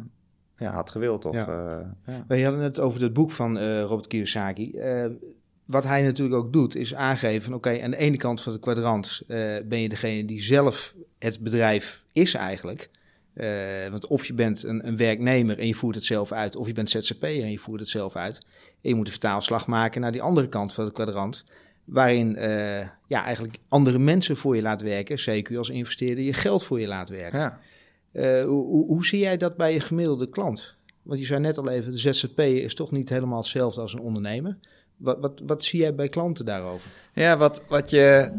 ja, had gewild. Of, ja. Uh, ja. We hadden het over het boek van uh, Robert Kiyosaki. Uh, wat hij natuurlijk ook doet, is aangeven... oké, okay, aan de ene kant van het kwadrant uh, ben je degene die zelf het bedrijf is eigenlijk. Uh, want of je bent een, een werknemer en je voert het zelf uit... of je bent Z Z P'er en je voert het zelf uit. En je moet de vertaalslag maken naar die andere kant van het kwadrant... waarin uh, ja, eigenlijk andere mensen voor je laat werken, zeker als investeerder je geld voor je laat werken. Ja. Uh, hoe, hoe, hoe zie jij dat bij je gemiddelde klant? Want je zei net al even, de Z Z P'er is toch niet helemaal hetzelfde als een ondernemer. Wat, wat, wat zie jij bij klanten daarover? Ja, wat, wat je...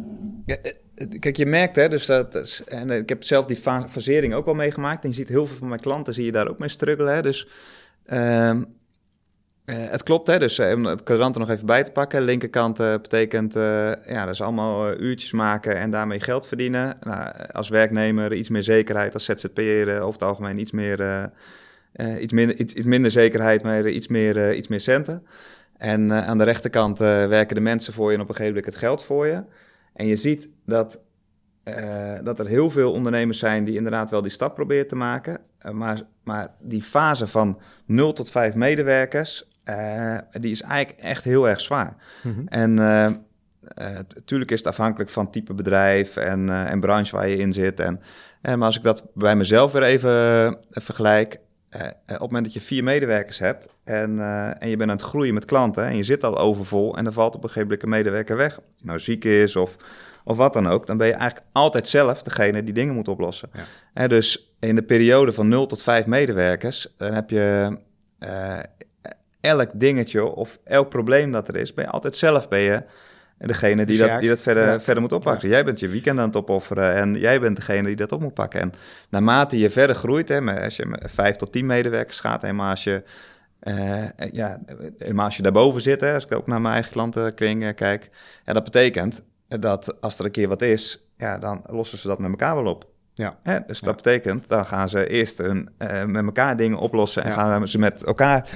Kijk, je merkt, hè, dus dat is, en ik heb zelf die fasering ook wel meegemaakt. En je ziet heel veel van mijn klanten, zie je daar ook mee struggelen. Hè, dus uh, uh, het klopt, hè, dus om uh, het kwadrant er nog even bij te pakken. Linkerkant uh, betekent, uh, ja, dat is allemaal uh, uurtjes maken en daarmee geld verdienen. Nou, als werknemer iets meer zekerheid, als Z Z P'er uh, over het algemeen iets meer... Uh, uh, iets, minder, iets, iets minder zekerheid, maar iets meer, uh, iets meer centen. En uh, aan de rechterkant uh, werken de mensen voor je en op een gegeven moment het geld voor je. En je ziet dat, uh, dat er heel veel ondernemers zijn die inderdaad wel die stap proberen te maken. Uh, maar, maar die fase van nul tot vijf medewerkers, uh, die is eigenlijk echt heel erg zwaar. Mm-hmm. En uh, natuurlijk uh, is het afhankelijk van type bedrijf en, uh, en branche waar je in zit. En, uh, maar als ik dat bij mezelf weer even uh, vergelijk... Uh, op het moment dat je vier medewerkers hebt en, uh, en je bent aan het groeien met klanten en je zit al overvol en er valt op een gegeven moment een medewerker weg, of die nou ziek is of, of wat dan ook, dan ben je eigenlijk altijd zelf degene die dingen moet oplossen. Ja. En dus in de periode van nul tot vijf medewerkers, dan heb je uh, elk dingetje of elk probleem dat er is, ben je altijd zelf ben je degene die, dat, die dat verder, ja. verder moet oppakken. Ja. Jij bent je weekend aan het opofferen en jij bent degene die dat op moet pakken. En naarmate je verder groeit, hè, als je met vijf tot tien medewerkers gaat, helemaal als je, uh, ja, helemaal als je daarboven zit, hè, als ik ook naar mijn eigen klantenkring kijk, ja, dat betekent dat als er een keer wat is, ja, dan lossen ze dat met elkaar wel op. Ja. Hè? Dus dat ja. betekent, dan gaan ze eerst hun, uh, met elkaar dingen oplossen en ja. gaan ze met elkaar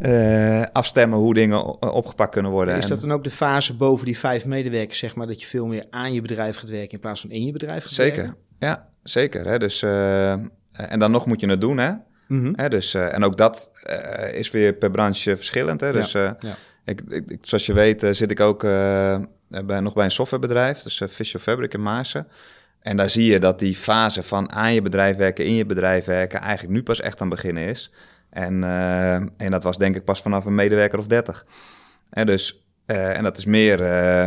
uh, afstemmen hoe dingen opgepakt kunnen worden. Is dat en... dan ook de fase boven die vijf medewerkers, zeg maar, dat je veel meer aan je bedrijf gaat werken in plaats van in je bedrijf gaat zeker. werken? Ja, zeker. Hè? Dus, uh, en dan nog moet je het doen, hè? Mm-hmm. Hè? Dus, uh, en ook dat uh, is weer per branche verschillend. Hè? Dus, ja. Uh, ja. ik, ik, zoals je weet uh, zit ik ook uh, bij, nog bij een softwarebedrijf, dus uh, Visual Fabric in Maarsen. En daar zie je dat die fase van aan je bedrijf werken, in je bedrijf werken, eigenlijk nu pas echt aan het beginnen is. En, uh, en dat was denk ik pas vanaf een medewerker of dertig. En, dus, uh, en dat is meer, uh,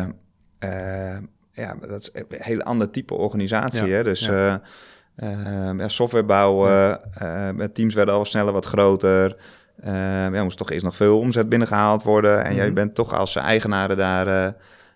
uh, ja, dat is een heel ander type organisatie. Ja, hè? Dus ja. Uh, uh, ja, software bouwen, ja. uh, teams werden al sneller wat groter. Uh, ja, moest toch eerst nog veel omzet binnengehaald worden. En mm-hmm. jij bent toch als eigenaren daar... Uh,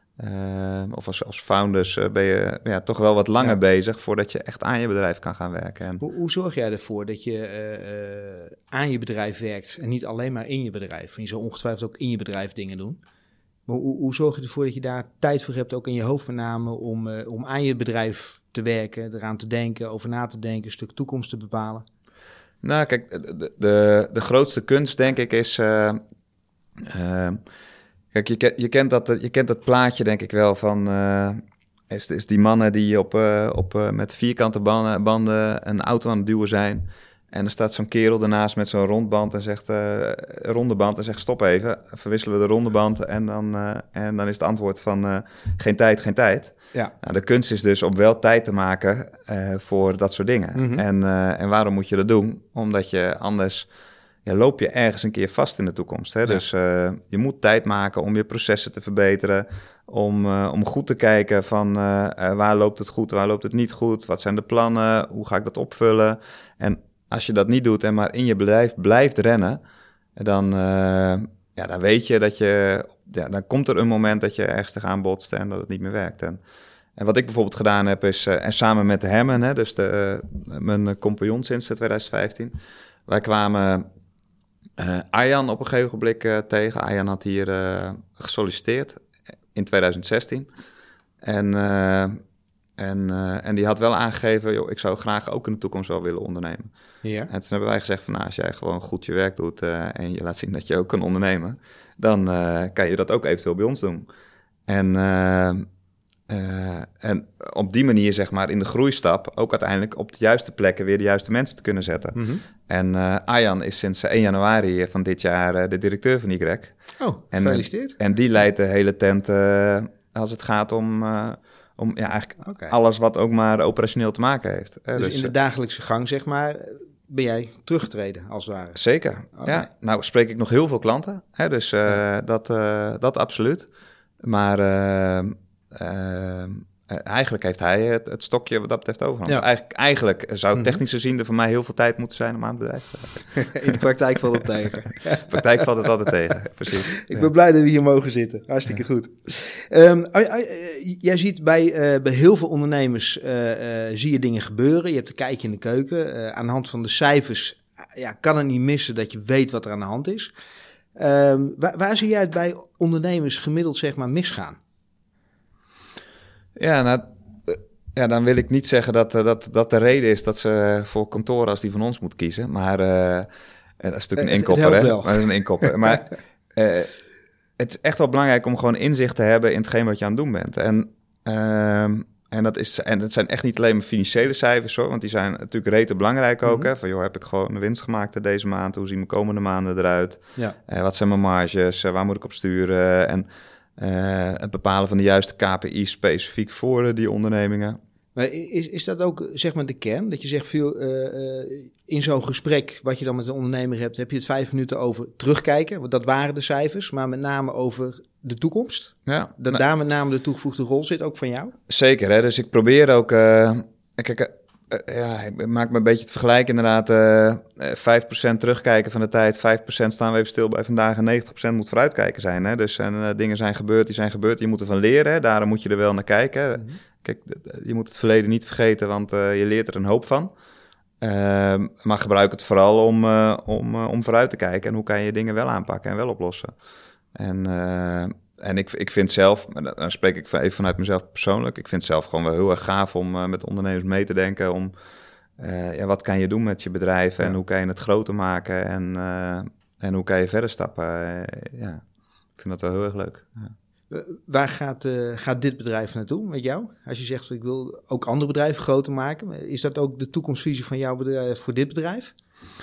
Uh, of als, als founders uh, ben je ja, toch wel wat langer ja. bezig voordat je echt aan je bedrijf kan gaan werken. En... Hoe, hoe zorg jij ervoor dat je uh, uh, aan je bedrijf werkt en niet alleen maar in je bedrijf? Je zou ongetwijfeld ook in je bedrijf dingen doen. Maar hoe, hoe zorg je ervoor dat je daar tijd voor hebt, ook in je hoofd met name, om, uh, om aan je bedrijf te werken, eraan te denken, over na te denken, een stuk toekomst te bepalen? Nou, kijk, de, de, de grootste kunst denk ik is... Uh, uh, Kijk, je, je, kent dat, je kent dat plaatje denk ik wel van... Uh, is, is die mannen die op, uh, op, uh, met vierkante banden, banden een auto aan het duwen zijn. En er staat zo'n kerel ernaast met zo'n rondband en zegt... Uh, ronde band en zegt stop even. Verwisselen we de ronde band en dan, uh, en dan is het antwoord van uh, geen tijd, geen tijd. Ja. Nou, de kunst is dus om wel tijd te maken uh, voor dat soort dingen. Mm-hmm. En, uh, en waarom moet je dat doen? Omdat je anders... Ja, loop je ergens een keer vast in de toekomst. Hè? Ja. Dus uh, je moet tijd maken om je processen te verbeteren. Om, uh, om goed te kijken van uh, uh, waar loopt het goed, waar loopt het niet goed. Wat zijn de plannen, hoe ga ik dat opvullen. En als je dat niet doet en maar in je bedrijf blijft rennen... dan, uh, ja, dan weet je dat je... Ja, dan komt er een moment dat je ergens tegenaan botst en dat het niet meer werkt. En, en wat ik bijvoorbeeld gedaan heb is... Uh, en samen met Herman, hè, dus de, uh, mijn compagnon sinds twintig vijftien... wij kwamen... Uh, Arjan op een gegeven moment uh, tegen. Arjan had hier uh, gesolliciteerd in twintig zestien. En, uh, en, uh, en die had wel aangegeven... joh, ik zou graag ook in de toekomst wel willen ondernemen. Ja. En toen hebben wij gezegd van... nou, als jij gewoon goed je werk doet... Uh, en je laat zien dat je ook kan ondernemen... dan uh, kan je dat ook eventueel bij ons doen. En... Uh, Uh, en op die manier, zeg maar, in de groeistap... ook uiteindelijk op de juiste plekken weer de juiste mensen te kunnen zetten. Mm-hmm. En uh, Arjan is sinds één januari van dit jaar uh, de directeur van Y. Oh, en, gefeliciteerd. En die leidt de hele tent uh, als het gaat om... Uh, om ja, eigenlijk okay. alles wat ook maar operationeel te maken heeft. Dus, dus in de dagelijkse gang, zeg maar... ben jij teruggetreden, als het ware? Zeker, okay. Ja. Nou spreek ik nog heel veel klanten. Hè, dus uh, ja. dat, uh, dat absoluut. maar uh, uh, eigenlijk heeft hij het, het stokje wat dat betreft overgenomen. Ja. Dus eigenlijk, eigenlijk zou technisch gezien er voor mij heel veel tijd moeten zijn om aan het bedrijf te werken. In de praktijk valt het tegen. In de praktijk valt het altijd tegen, precies. Ik ben ja. blij dat we hier mogen zitten. Hartstikke ja. goed. Um, uh, uh, uh, jij ziet bij, uh, bij heel veel ondernemers uh, uh, zie je dingen gebeuren. Je hebt een kijkje in de keuken. Uh, aan de hand van de cijfers uh, ja, kan het niet missen dat je weet wat er aan de hand is. Um, waar, waar zie jij het bij ondernemers gemiddeld zeg maar misgaan? Ja, nou, ja, dan wil ik niet zeggen dat, dat dat de reden is dat ze voor kantoren als die van ons moet kiezen. Maar uh, dat is natuurlijk een inkopper, hè? Maar dat is een inkopper. Maar uh, het is echt wel belangrijk om gewoon inzicht te hebben in hetgeen wat je aan het doen bent. En, uh, en, dat, is, en dat zijn echt niet alleen maar financiële cijfers, hoor. Want die zijn natuurlijk rete belangrijk ook. Mm-hmm. Hè? Van, joh, heb ik gewoon een winst gemaakt deze maand? Hoe zien mijn komende maanden eruit? Ja. Uh, wat zijn mijn marges? Uh, waar moet ik op sturen? En Uh, het bepalen van de juiste K P I's specifiek voor uh, die ondernemingen. Maar is, is dat ook zeg maar de kern? Dat je zegt veel uh, uh, in zo'n gesprek wat je dan met een ondernemer hebt, heb je het vijf minuten over terugkijken. Want dat waren de cijfers, maar met name over de toekomst. Ja, dat nou, daar met name de toegevoegde rol zit, ook van jou? Zeker, hè? Dus ik probeer ook. Uh, kijk, uh, uh, ja, ik maak me een beetje het vergelijk inderdaad. Uh, vijf procent terugkijken van de tijd, vijf procent staan we even stil bij vandaag en negentig procent moet vooruitkijken zijn. Hè? Dus en, uh, dingen zijn gebeurd, die zijn gebeurd. Je moet ervan leren, hè? Daarom moet je er wel naar kijken. Mm-hmm. Kijk, je moet het verleden niet vergeten, want uh, je leert er een hoop van. Uh, maar gebruik het vooral om, uh, om, uh, om vooruit te kijken. En hoe kan je dingen wel aanpakken en wel oplossen. En, uh, en ik, ik vind zelf, dan spreek ik even vanuit mezelf persoonlijk. Ik vind het zelf gewoon wel heel erg gaaf om uh, met ondernemers mee te denken. Om, uh, ja, wat kan je doen met je bedrijf en ja. hoe kan je het groter maken. En, uh, en hoe kan je verder stappen. Uh, ja, ik vind dat wel heel erg leuk. Ja. Uh, waar gaat, uh, gaat dit bedrijf naartoe met jou? Als je zegt, ik wil ook andere bedrijven groter maken. Is dat ook de toekomstvisie van jouw bedrijf voor dit bedrijf?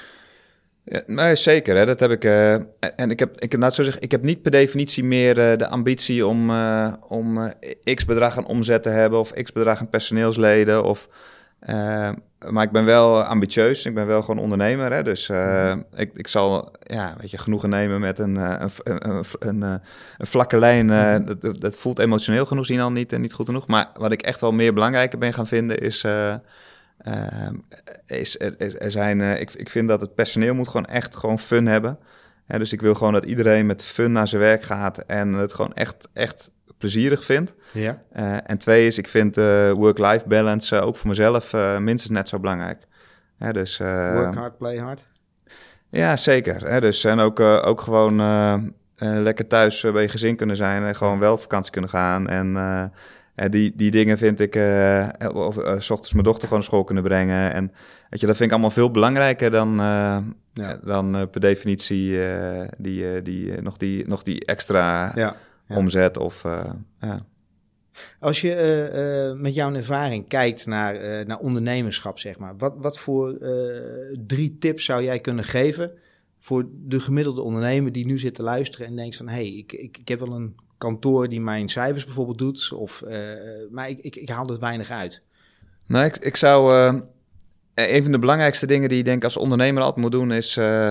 Ja, nee, zeker. Hè. Dat heb ik. Uh, en ik heb, ik heb, nou zo zeggen, ik heb niet per definitie meer uh, de ambitie om, uh, om uh, x bedrag aan omzet te hebben of x bedrag aan personeelsleden. Of, uh, maar ik ben wel ambitieus. Ik ben wel gewoon ondernemer. Hè. Dus uh, ik, ik zal ja, weet je, genoegen nemen met een, uh, een, een, een, een, een vlakke lijn. Uh, dat, dat voelt emotioneel genoeg zien al niet en niet goed genoeg. Maar wat ik echt wel meer belangrijker ben gaan vinden is. Uh, Uh, is, er, er zijn, uh, ik, ik vind dat het personeel moet gewoon echt gewoon fun hebben. Ja, dus ik wil gewoon dat iedereen met fun naar zijn werk gaat en het gewoon echt, echt plezierig vindt. Ja. Uh, en twee is, ik vind uh, work-life balance uh, ook voor mezelf uh, minstens net zo belangrijk. Ja, dus, uh, work hard, play hard. Ja, zeker. Hè, dus, en ook, uh, ook gewoon uh, uh, lekker thuis uh, bij je gezin kunnen zijn en gewoon wel op vakantie kunnen gaan en... Uh, Uh, die, die dingen vind ik, uh, of uh, 's ochtends mijn dochter gewoon naar school kunnen brengen. En weet je, dat vind ik allemaal veel belangrijker dan, uh, ja. dan uh, per definitie uh, die, uh, die, uh, nog, die, nog die extra ja. Ja. omzet. Of, uh, ja. Als je uh, uh, met jouw ervaring kijkt naar, uh, naar ondernemerschap, zeg maar. Wat, wat voor uh, drie tips zou jij kunnen geven voor de gemiddelde ondernemer die nu zit te luisteren en denkt van, hé, hey, ik, ik, ik heb wel een kantoor die mijn cijfers bijvoorbeeld doet, of, uh, maar ik, ik, ik haal er weinig uit. Nou, ik, ik zou... Uh, een van de belangrijkste dingen die ik denk als ondernemer altijd moet doen, is uh,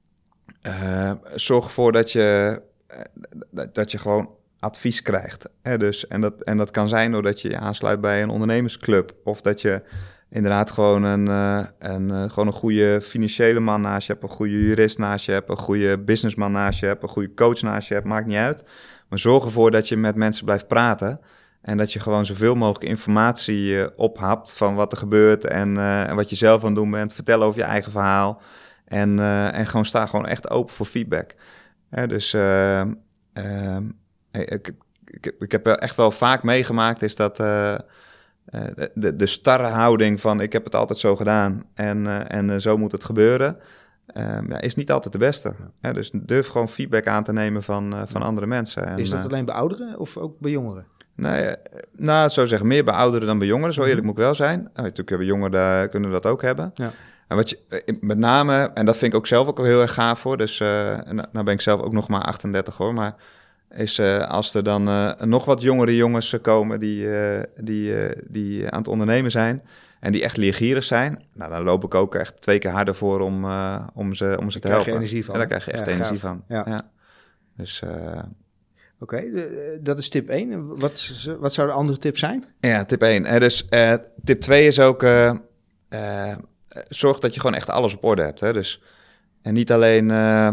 uh, zorg ervoor dat je, uh, dat, dat je gewoon advies krijgt. Hè? Dus, en, dat, en dat kan zijn doordat je je aansluit bij een ondernemersclub, of dat je inderdaad gewoon een, uh, een, uh, gewoon een goede financiële man naast je hebt, een goede jurist naast je hebt, een goede businessman naast je hebt, een goede coach naast je hebt, maakt niet uit. Maar zorg ervoor dat je met mensen blijft praten en dat je gewoon zoveel mogelijk informatie uh, ophapt van wat er gebeurt en, uh, en wat je zelf aan het doen bent. Vertel over je eigen verhaal en, uh, en gewoon sta gewoon echt open voor feedback. Hè, dus uh, uh, ik, ik, ik heb echt wel vaak meegemaakt is dat uh, uh, de, de starre houding van ik heb het altijd zo gedaan en, uh, en uh, zo moet het gebeuren. Um, ja, is niet altijd de beste. Ja, dus durf gewoon feedback aan te nemen van, uh, van andere mensen. En, is dat alleen bij ouderen of ook bij jongeren? Nee, uh, nou, zo zeggen, meer bij ouderen dan bij jongeren. Zo eerlijk moet ik wel zijn. Uh, natuurlijk hebben jongeren, kunnen we dat ook hebben. Ja. En wat je, uh, met name, en dat vind ik ook zelf ook heel erg gaaf voor. Dus uh, nou, nou ben ik zelf ook nog maar achtendertig hoor. Maar is uh, als er dan uh, nog wat jongere jongens komen die, uh, die, uh, die aan het ondernemen zijn en die echt leergierig zijn, nou, dan loop ik ook echt twee keer harder voor om, uh, om ze, om ze te helpen. Daar krijg je energie van. En daar krijg je echt ja, energie gaaf. van. Ja. Ja. Dus, uh... Oké, okay, dat is tip één. Wat, wat zou de andere tip zijn? Ja, tip één. Uh, dus uh, tip twee is ook... Uh, uh, zorg dat je gewoon echt alles op orde hebt. Hè? Dus, en niet alleen uh,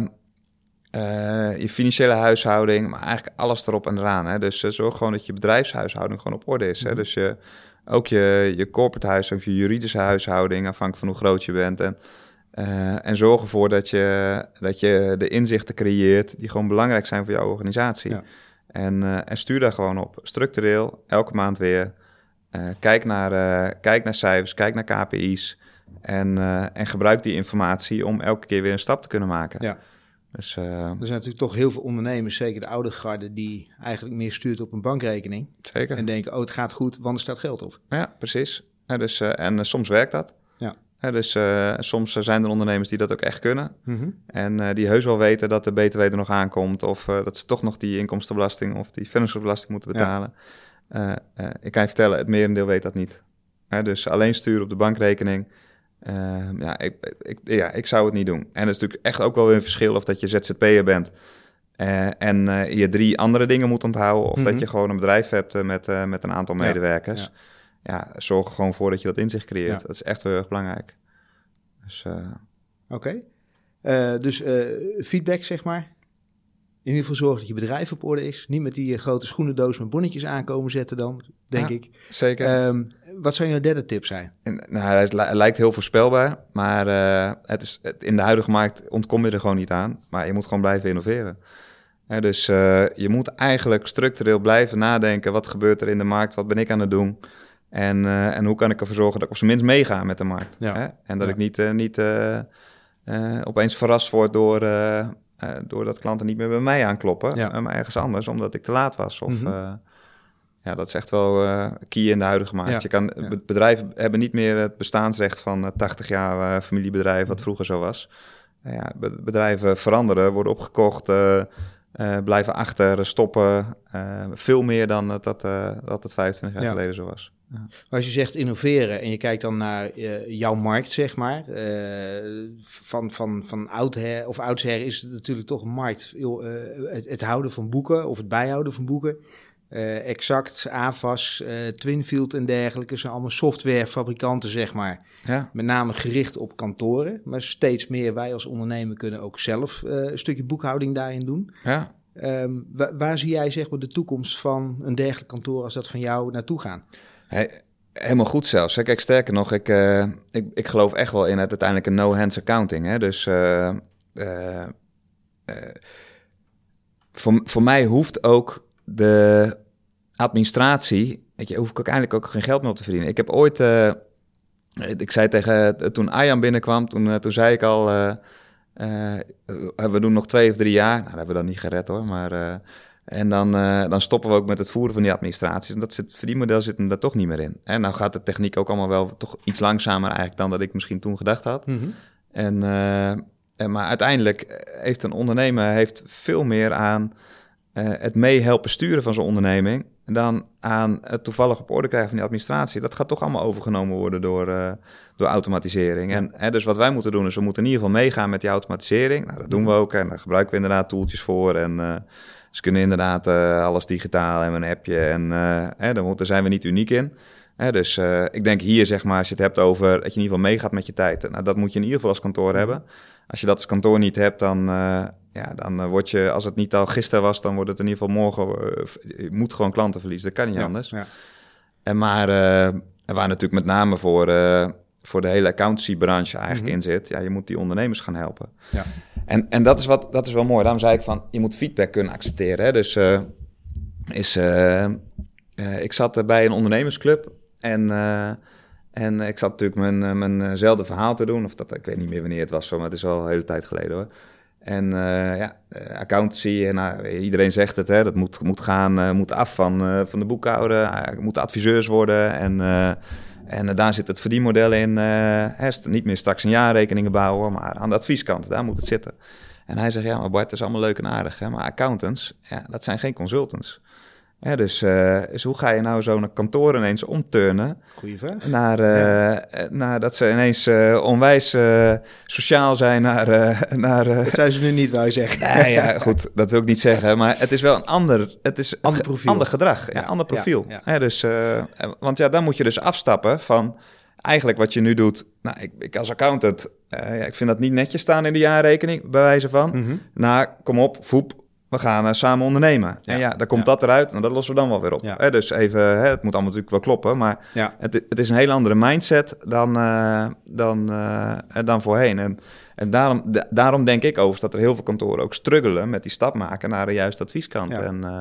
uh, je financiële huishouding... maar eigenlijk alles erop en eraan. Hè? Dus uh, zorg gewoon dat je bedrijfshuishouding gewoon op orde is. Mm-hmm. Hè? Dus je, ook je, je corporate huishouding, je juridische huishouding... afhankelijk van hoe groot je bent... En, Uh, en zorg ervoor dat je, dat je de inzichten creëert die gewoon belangrijk zijn voor jouw organisatie. Ja. En, uh, en stuur daar gewoon op. Structureel, elke maand weer. Uh, kijk, naar, uh, kijk naar cijfers, kijk naar K P I's. En, uh, en gebruik die informatie om elke keer weer een stap te kunnen maken. Ja. Dus, uh, er zijn natuurlijk toch heel veel ondernemers, zeker de oude garde, die eigenlijk meer stuurt op een bankrekening. Zeker. En denken, oh het gaat goed, want er staat geld op. Ja, precies. Ja, dus, uh, en uh, soms werkt dat. Ja. Ja, dus uh, soms zijn er ondernemers die dat ook echt kunnen. Mm-hmm. En uh, die heus wel weten dat de B T W er nog aankomt... of uh, dat ze toch nog die inkomstenbelasting of die vennootschapsbelasting moeten betalen. Ja. Uh, uh, ik kan je vertellen, het merendeel weet dat niet. Uh, dus alleen sturen op de bankrekening... Uh, ja, ik, ik, ja, ik zou het niet doen. En dat is natuurlijk echt ook wel weer een verschil... of dat je Z Z P'er bent... Uh, en uh, je drie andere dingen moet onthouden... of mm-hmm. dat je gewoon een bedrijf hebt uh, met, uh, met een aantal medewerkers... Ja. Ja. Ja, zorg er gewoon voor dat je dat inzicht creëert. Ja. Dat is echt heel erg belangrijk. Dus, uh... Oké. Okay. Uh, dus uh, feedback, zeg maar. In ieder geval zorgen dat je bedrijf op orde is. Niet met die uh, grote schoenendoos met bonnetjes aankomen zetten dan, denk ja, ik. Zeker. Um, wat zou jouw derde tip zijn? En, nou, het lijkt heel voorspelbaar. Maar uh, het is, het, in de huidige markt ontkom je er gewoon niet aan. Maar je moet gewoon blijven innoveren. Ja, dus uh, je moet eigenlijk structureel blijven nadenken. Wat gebeurt er in de markt? Wat ben ik aan het doen? En, uh, en hoe kan ik ervoor zorgen dat ik op zijn minst meega met de markt? Ja. Hè? En dat ja. ik niet, uh, niet uh, uh, opeens verrast word door, uh, uh, doordat klanten niet meer bij mij aankloppen. Ja. Uh, maar ergens anders, omdat ik te laat was. Of, mm-hmm. uh, ja, dat is echt wel uh, key in de huidige markt. Ja. Je kan, ja. Bedrijven hebben niet meer het bestaansrecht van uh, tachtig jaar uh, familiebedrijf, wat vroeger zo was. Uh, ja, bedrijven veranderen, worden opgekocht... Uh, Uh, blijven achter, stoppen. Uh, veel meer dan dat, dat, uh, dat het vijfentwintig jaar ja. geleden zo was. Ja. Als je zegt innoveren en je kijkt dan naar uh, jouw markt, zeg maar. Uh, van, van, van oudsher, of oudsher is het natuurlijk toch een markt. Uh, het, het houden van boeken of het bijhouden van boeken. Uh, Exact, Avas, uh, Twinfield en dergelijke zijn allemaal softwarefabrikanten, zeg maar. Ja. Met name gericht op kantoren. Maar steeds meer wij als ondernemer kunnen ook zelf uh, een stukje boekhouding daarin doen. Ja. Um, wa- waar zie jij zeg maar de toekomst van een dergelijk kantoor als dat van jou naartoe gaan? Hey, helemaal goed zelfs. Kijk, sterker nog, ik, uh, ik, ik geloof echt wel in het uiteindelijk een no-hands accounting. Hè? Dus uh, uh, uh, voor, voor mij hoeft ook de administratie, weet je, hoef ik ook eigenlijk ook geen geld meer op te verdienen. Ik heb ooit, uh, ik zei tegen, toen Arjan binnenkwam, toen, uh, toen zei ik al, uh, uh, we doen nog twee of drie jaar. Nou, dat hebben we dan niet gered hoor, maar uh, en dan, uh, dan stoppen we ook met het voeren van die administratie. En dat zit, verdienmodel zit er daar toch niet meer in. En nou gaat de techniek ook allemaal wel toch iets langzamer eigenlijk dan dat ik misschien toen gedacht had. Mm-hmm. En, uh, en maar uiteindelijk heeft een ondernemer heeft veel meer aan Uh, het meehelpen sturen van zo'n onderneming dan aan het toevallig op orde krijgen van die administratie. Dat gaat toch allemaal overgenomen worden door, uh, door automatisering. Ja. En hè, dus wat wij moeten doen is, we moeten in ieder geval meegaan met die automatisering. Nou, dat doen we ook en daar gebruiken we inderdaad tooltjes voor. En uh, ze kunnen inderdaad uh, alles digitaal en een appje. En uh, hè, daar, daar zijn we niet uniek in. Hè, dus uh, ik denk hier, zeg maar, als je het hebt over dat je in ieder geval meegaat met je tijd. Nou, dat moet je in ieder geval als kantoor hebben. Als je dat als kantoor niet hebt, dan... Uh, Ja, dan uh, word je, als het niet al gisteren was, dan wordt het in ieder geval morgen. Uh, je moet gewoon klanten verliezen, dat kan niet ja, anders. Ja. En maar uh, waar natuurlijk met name voor, uh, voor de hele accountancy-branche eigenlijk mm-hmm. in zit, ja, je moet die ondernemers gaan helpen. Ja. En, en dat is wat, dat is wel mooi. Daarom zei ik van, je moet feedback kunnen accepteren. Hè? Dus uh, is, uh, uh, ik zat bij een ondernemersclub en. Uh, En ik zat natuurlijk mijn, mijnzelfde verhaal te doen. Of dat, ik weet niet meer wanneer het was, maar het is al een hele tijd geleden hoor. En uh, ja, accountancy, en uh, iedereen zegt het, hè, dat moet, moet gaan, uh, moet af van, uh, van de boekhouder. Uh, moeten adviseurs worden. En, uh, en uh, daar zit het verdienmodel in. Uh, hè, niet meer straks een jaarrekeningen bouwen, maar aan de advieskant, daar moet het zitten. En hij zegt, ja, maar Bart, dat is allemaal leuk en aardig. Hè, maar accountants, ja, dat zijn geen consultants. Ja, dus, uh, dus hoe ga je nou zo'n kantoor ineens omturnen? Goeie vraag. Naar, uh, ja. naar dat ze ineens uh, onwijs uh, sociaal zijn naar... Uh, naar uh, dat zijn ze nu niet, wou je zeggen. Nou ja, goed, dat wil ik niet zeggen. Maar het is wel een ander, het is ander, profiel. ander gedrag, ja, ja, ander profiel. Ja, ja. Ja, dus, uh, want ja, dan moet je dus afstappen van... Eigenlijk wat je nu doet... Nou, ik, ik als accountant... Uh, ja, ik vind dat niet netjes staan in de jaarrekening, bij wijze van. Mm-hmm. Nou, kom op, voep. We gaan uh, samen ondernemen. Ja. En ja, dan komt ja. dat eruit en dat lossen we dan wel weer op. Ja. Hè, dus even, hè, het moet allemaal natuurlijk wel kloppen, maar ja. het, het is een hele andere mindset dan, uh, dan, uh, dan voorheen. En, en daarom, d- daarom denk ik overigens dat er heel veel kantoren ook struggelen met die stap maken naar de juiste advieskant. Ja. En, uh,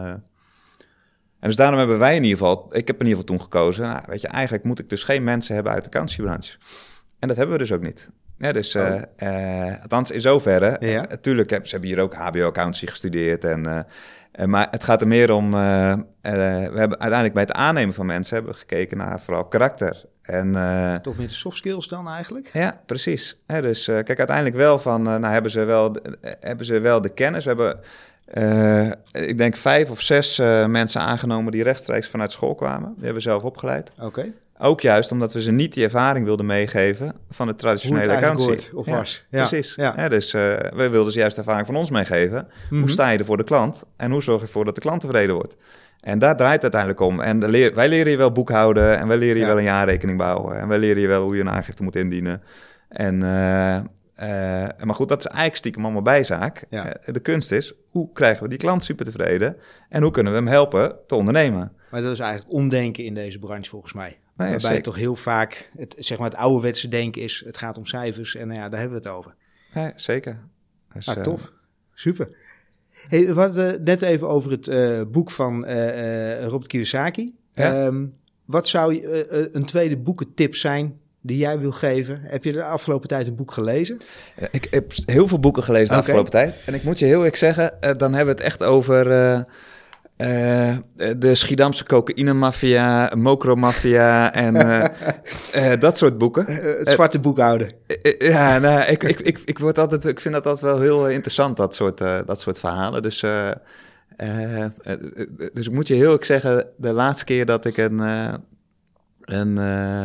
en dus daarom hebben wij in ieder geval, ik heb in ieder geval toen gekozen, nou, weet je, eigenlijk moet ik dus geen mensen hebben uit de accountancybranche. En dat hebben we dus ook niet. Ja, dus uh, uh, althans in zoverre. Ja. Natuurlijk hebben ze hebben hier ook H B O-accountancy gestudeerd. En, uh, uh, maar het gaat er meer om... Uh, uh, we hebben uiteindelijk bij het aannemen van mensen... hebben we gekeken naar vooral karakter. En, uh, Toch meer de soft skills dan eigenlijk? Ja, precies. Ja, dus uh, kijk, uiteindelijk wel van... Uh, nou, hebben ze wel, uh, hebben ze wel de kennis. We hebben... Uh, ik denk vijf of zes uh, mensen aangenomen... die rechtstreeks vanuit school kwamen. Die hebben we zelf opgeleid. Oké. Okay. Ook juist omdat we ze niet die ervaring wilden meegeven van de traditionele accountancy. Of ja, was. Ja, precies. Ja. Ja, dus uh, we wilden ze juist de ervaring van ons meegeven. Mm-hmm. Hoe sta je er voor de klant? En hoe zorg je ervoor dat de klant tevreden wordt? En daar draait het uiteindelijk om. En de leer, wij leren je wel boekhouden en wij leren je ja. wel een jaarrekening bouwen. En wij leren je wel hoe je een aangifte moet indienen. En, uh, uh, maar goed, dat is eigenlijk stiekem allemaal bijzaak. Ja. Uh, de kunst is, hoe krijgen we die klant super tevreden? En hoe kunnen we hem helpen te ondernemen? Maar dat is eigenlijk omdenken in deze branche volgens mij. Nee, waarbij zeker. Het toch heel vaak, het, zeg maar het ouderwetse denken is, het gaat om cijfers en ja, daar hebben we het over. Ja, zeker. Dus, ah, tof. Uh, Super. Hey, we hadden het net even over het uh, boek van uh, uh, Robert Kiyosaki. Ja? Um, wat zou uh, uh, een tweede boekentip zijn die jij wil geven? Heb je de afgelopen tijd een boek gelezen? Ja, ik heb heel veel boeken gelezen de okay. afgelopen tijd. En ik moet je heel eerlijk zeggen, uh, dan hebben we het echt over... Uh, Uh, de Schiedamse cocaïne-maffia, Mokro-maffia en uh, uh, dat soort boeken. Uh, het zwarte uh, boekhouden. Uh, uh, ja, nou, ik, ik, ik, ik, word altijd, ik vind dat altijd wel heel interessant, dat soort, uh, dat soort verhalen. Dus, uh, uh, uh, dus ik moet je heel eerlijk zeggen, de laatste keer dat ik een, uh, een, uh,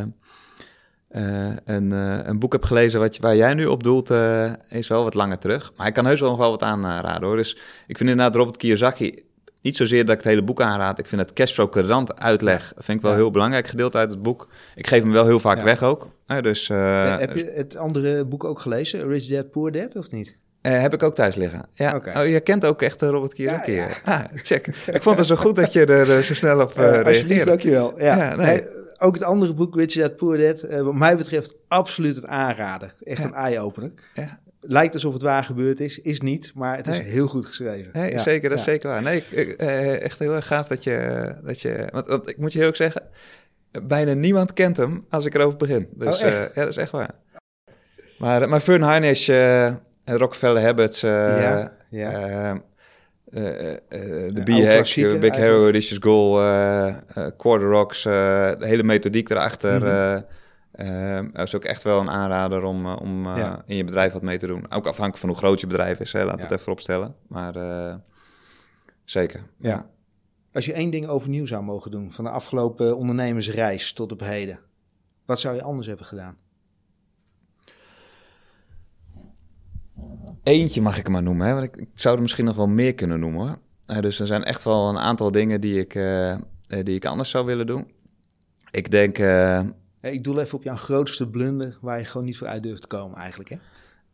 uh, een, uh, een boek heb gelezen wat, waar jij nu op doelt, uh, is wel wat langer terug. Maar ik kan heus wel nog wel wat aanraden, hoor. Dus ik vind inderdaad Robert Kiyosaki... Niet zozeer dat ik het hele boek aanraad. Ik vind het cashflow quadrant uitleg vind ik wel ja. heel belangrijk gedeelte uit het boek. Ik geef hem wel heel vaak ja. weg ook. Ja, dus, uh, heb je het andere boek ook gelezen? Rich Dad, Poor Dad, of niet? Uh, heb ik ook thuis liggen. Ja. Okay. Oh, je kent ook echt uh, Robert Kiyosaki. Ja, ja. Ah, check. Ik vond het zo goed dat je er uh, zo snel op uh, uh, reageerde. Alsjeblieft, dankjewel. Ja. Ja, nee. Hey, ook het andere boek, Rich Dad, Poor Dad, uh, wat mij betreft absoluut een aanrader. Echt ja. een eye-opener. Ja. Lijkt alsof het waar gebeurd is, is niet, maar het is nee. heel goed geschreven. Nee, ja. Zeker, dat is ja. zeker waar. Nee, ik, uh, echt heel erg gaaf dat je... Dat je want, want ik moet je heel erg zeggen, bijna niemand kent hem als ik erover begin. Dus oh, uh, ja, dat is echt waar. Maar, maar Fern Harnish, uh, Rockefeller Habits, uh, ja, ja. Uh, uh, uh, de B-Hack, Big Hero, Audacious Goal, uh, uh, Quarter Rocks, uh, de hele methodiek erachter... Mm-hmm. Uh, Uh, dat is ook echt wel een aanrader om, uh, om uh, ja. in je bedrijf wat mee te doen. Ook afhankelijk van hoe groot je bedrijf is, hè? Laat ja. het even opstellen. Maar uh, zeker. Ja. Ja. Als je één ding overnieuw zou mogen doen van de afgelopen ondernemersreis tot op heden, wat zou je anders hebben gedaan? Eentje mag ik er maar noemen. Hè? Want ik, ik zou er misschien nog wel meer kunnen noemen. Hoor. Uh, dus er zijn echt wel een aantal dingen die ik, uh, die ik anders zou willen doen. Ik denk... Uh, Ik doe even op jouw grootste blunder waar je gewoon niet voor uit durft te komen eigenlijk, hè?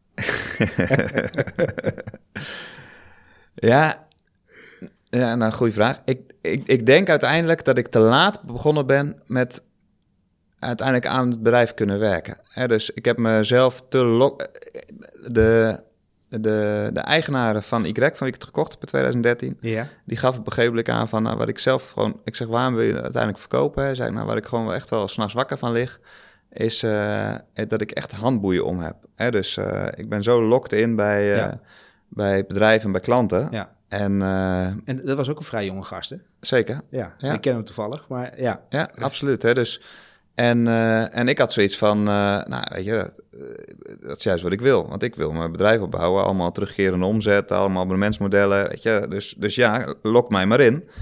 ja, ja, nou, goede vraag. Ik, ik, ik denk uiteindelijk dat ik te laat begonnen ben met uiteindelijk aan het bedrijf kunnen werken. Hè, dus ik heb mezelf te lok... De, de, de eigenaren van Y, van wie ik het gekocht heb in twintig dertien... Ja. Die gaf op een gegeven moment aan van... Nou, wat ik zelf gewoon... Ik zeg, waarom wil je uiteindelijk verkopen? Hij zei, nou, waar ik gewoon echt wel 's nachts wakker van lig... is uh, dat ik echt handboeien om heb. Hè? Dus uh, ik ben zo locked in bij, uh, ja. bij bedrijven en bij klanten. Ja. En, uh, en dat was ook een vrij jonge gast, hè? Zeker. Ja, ja. Ik ken hem toevallig, maar ja. Ja, absoluut. Hè? Dus... En, uh, en ik had zoiets van, uh, nou weet je, dat, uh, dat is juist wat ik wil. Want ik wil mijn bedrijf opbouwen, allemaal terugkerende omzet, allemaal abonnementsmodellen, weet je. Dus, dus ja, lok mij maar in.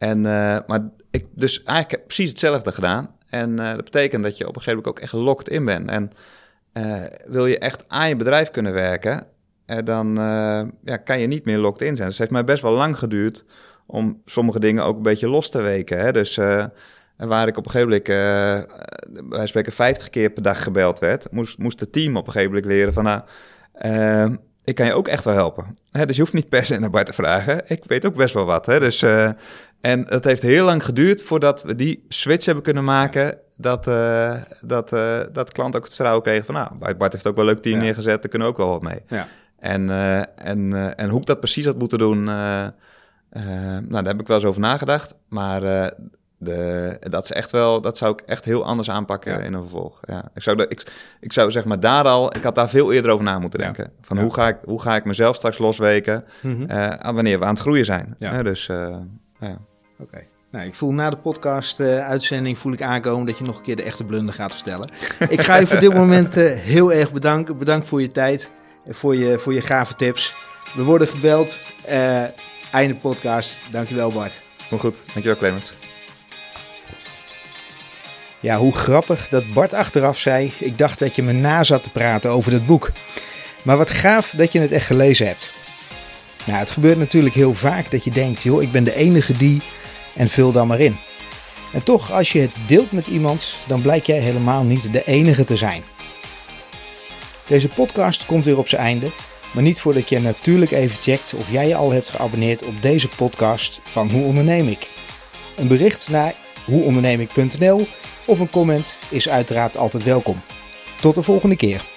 En, uh, maar ik dus eigenlijk heb precies hetzelfde gedaan. En uh, dat betekent dat je op een gegeven moment ook echt locked in bent. En uh, wil je echt aan je bedrijf kunnen werken, uh, dan uh, ja, kan je niet meer locked in zijn. Dus het heeft mij best wel lang geduurd om sommige dingen ook een beetje los te weken. Hè? Dus uh, waar ik op een gegeven moment, uh, wij spreken vijftig keer per dag gebeld werd, moest, moest het team op een gegeven moment leren van, nou, uh, ik kan je ook echt wel helpen. Hè? Dus je hoeft niet per se naar Bart te vragen. Ik weet ook best wel wat. Hè? Dus, uh, en het heeft heel lang geduurd voordat we die switch hebben kunnen maken, dat, uh, dat, uh, dat klanten ook het vertrouwen kregen van, nou, Bart heeft ook wel een leuk team ja. neergezet, daar kunnen we ook wel wat mee. Ja. En, uh, en, uh, en hoe ik dat precies had moeten doen, uh, uh, nou, daar heb ik wel eens over nagedacht. Maar uh, de, dat, is echt wel, dat zou ik echt heel anders aanpakken ja. in een vervolg. Ja. Ik, zou de, ik, ik zou zeg maar daar al, ik had daar veel eerder over na moeten denken. Ja. Van ja. hoe, ga ik, hoe ga ik mezelf straks losweken mm-hmm. uh, aan wanneer we aan het groeien zijn. Ja. Ja, dus, uh, ja. Oké. Okay. Nou, ik voel na de podcast-uitzending uh, voel ik aankomen dat je nog een keer de echte blunder gaat vertellen. Ik ga je voor dit moment uh, heel erg bedanken. Bedankt voor je tijd en voor je, voor je gave tips. We worden gebeld. Uh, einde podcast. Dankjewel, Bart. Heel goed. Dankjewel, Clemens. Ja, hoe grappig dat Bart achteraf zei, ik dacht dat je me na zat te praten over dat boek. Maar wat gaaf dat je het echt gelezen hebt. Nou, het gebeurt natuurlijk heel vaak dat je denkt, joh, ik ben de enige die, en vul dan maar in. En toch, als je het deelt met iemand, dan blijkt jij helemaal niet de enige te zijn. Deze podcast komt weer op zijn einde, maar niet voordat je natuurlijk even checkt of jij je al hebt geabonneerd op deze podcast van Hoe Onderneem Ik. Een bericht naar hoe onderneem ik punt n l of een comment is uiteraard altijd welkom. Tot de volgende keer.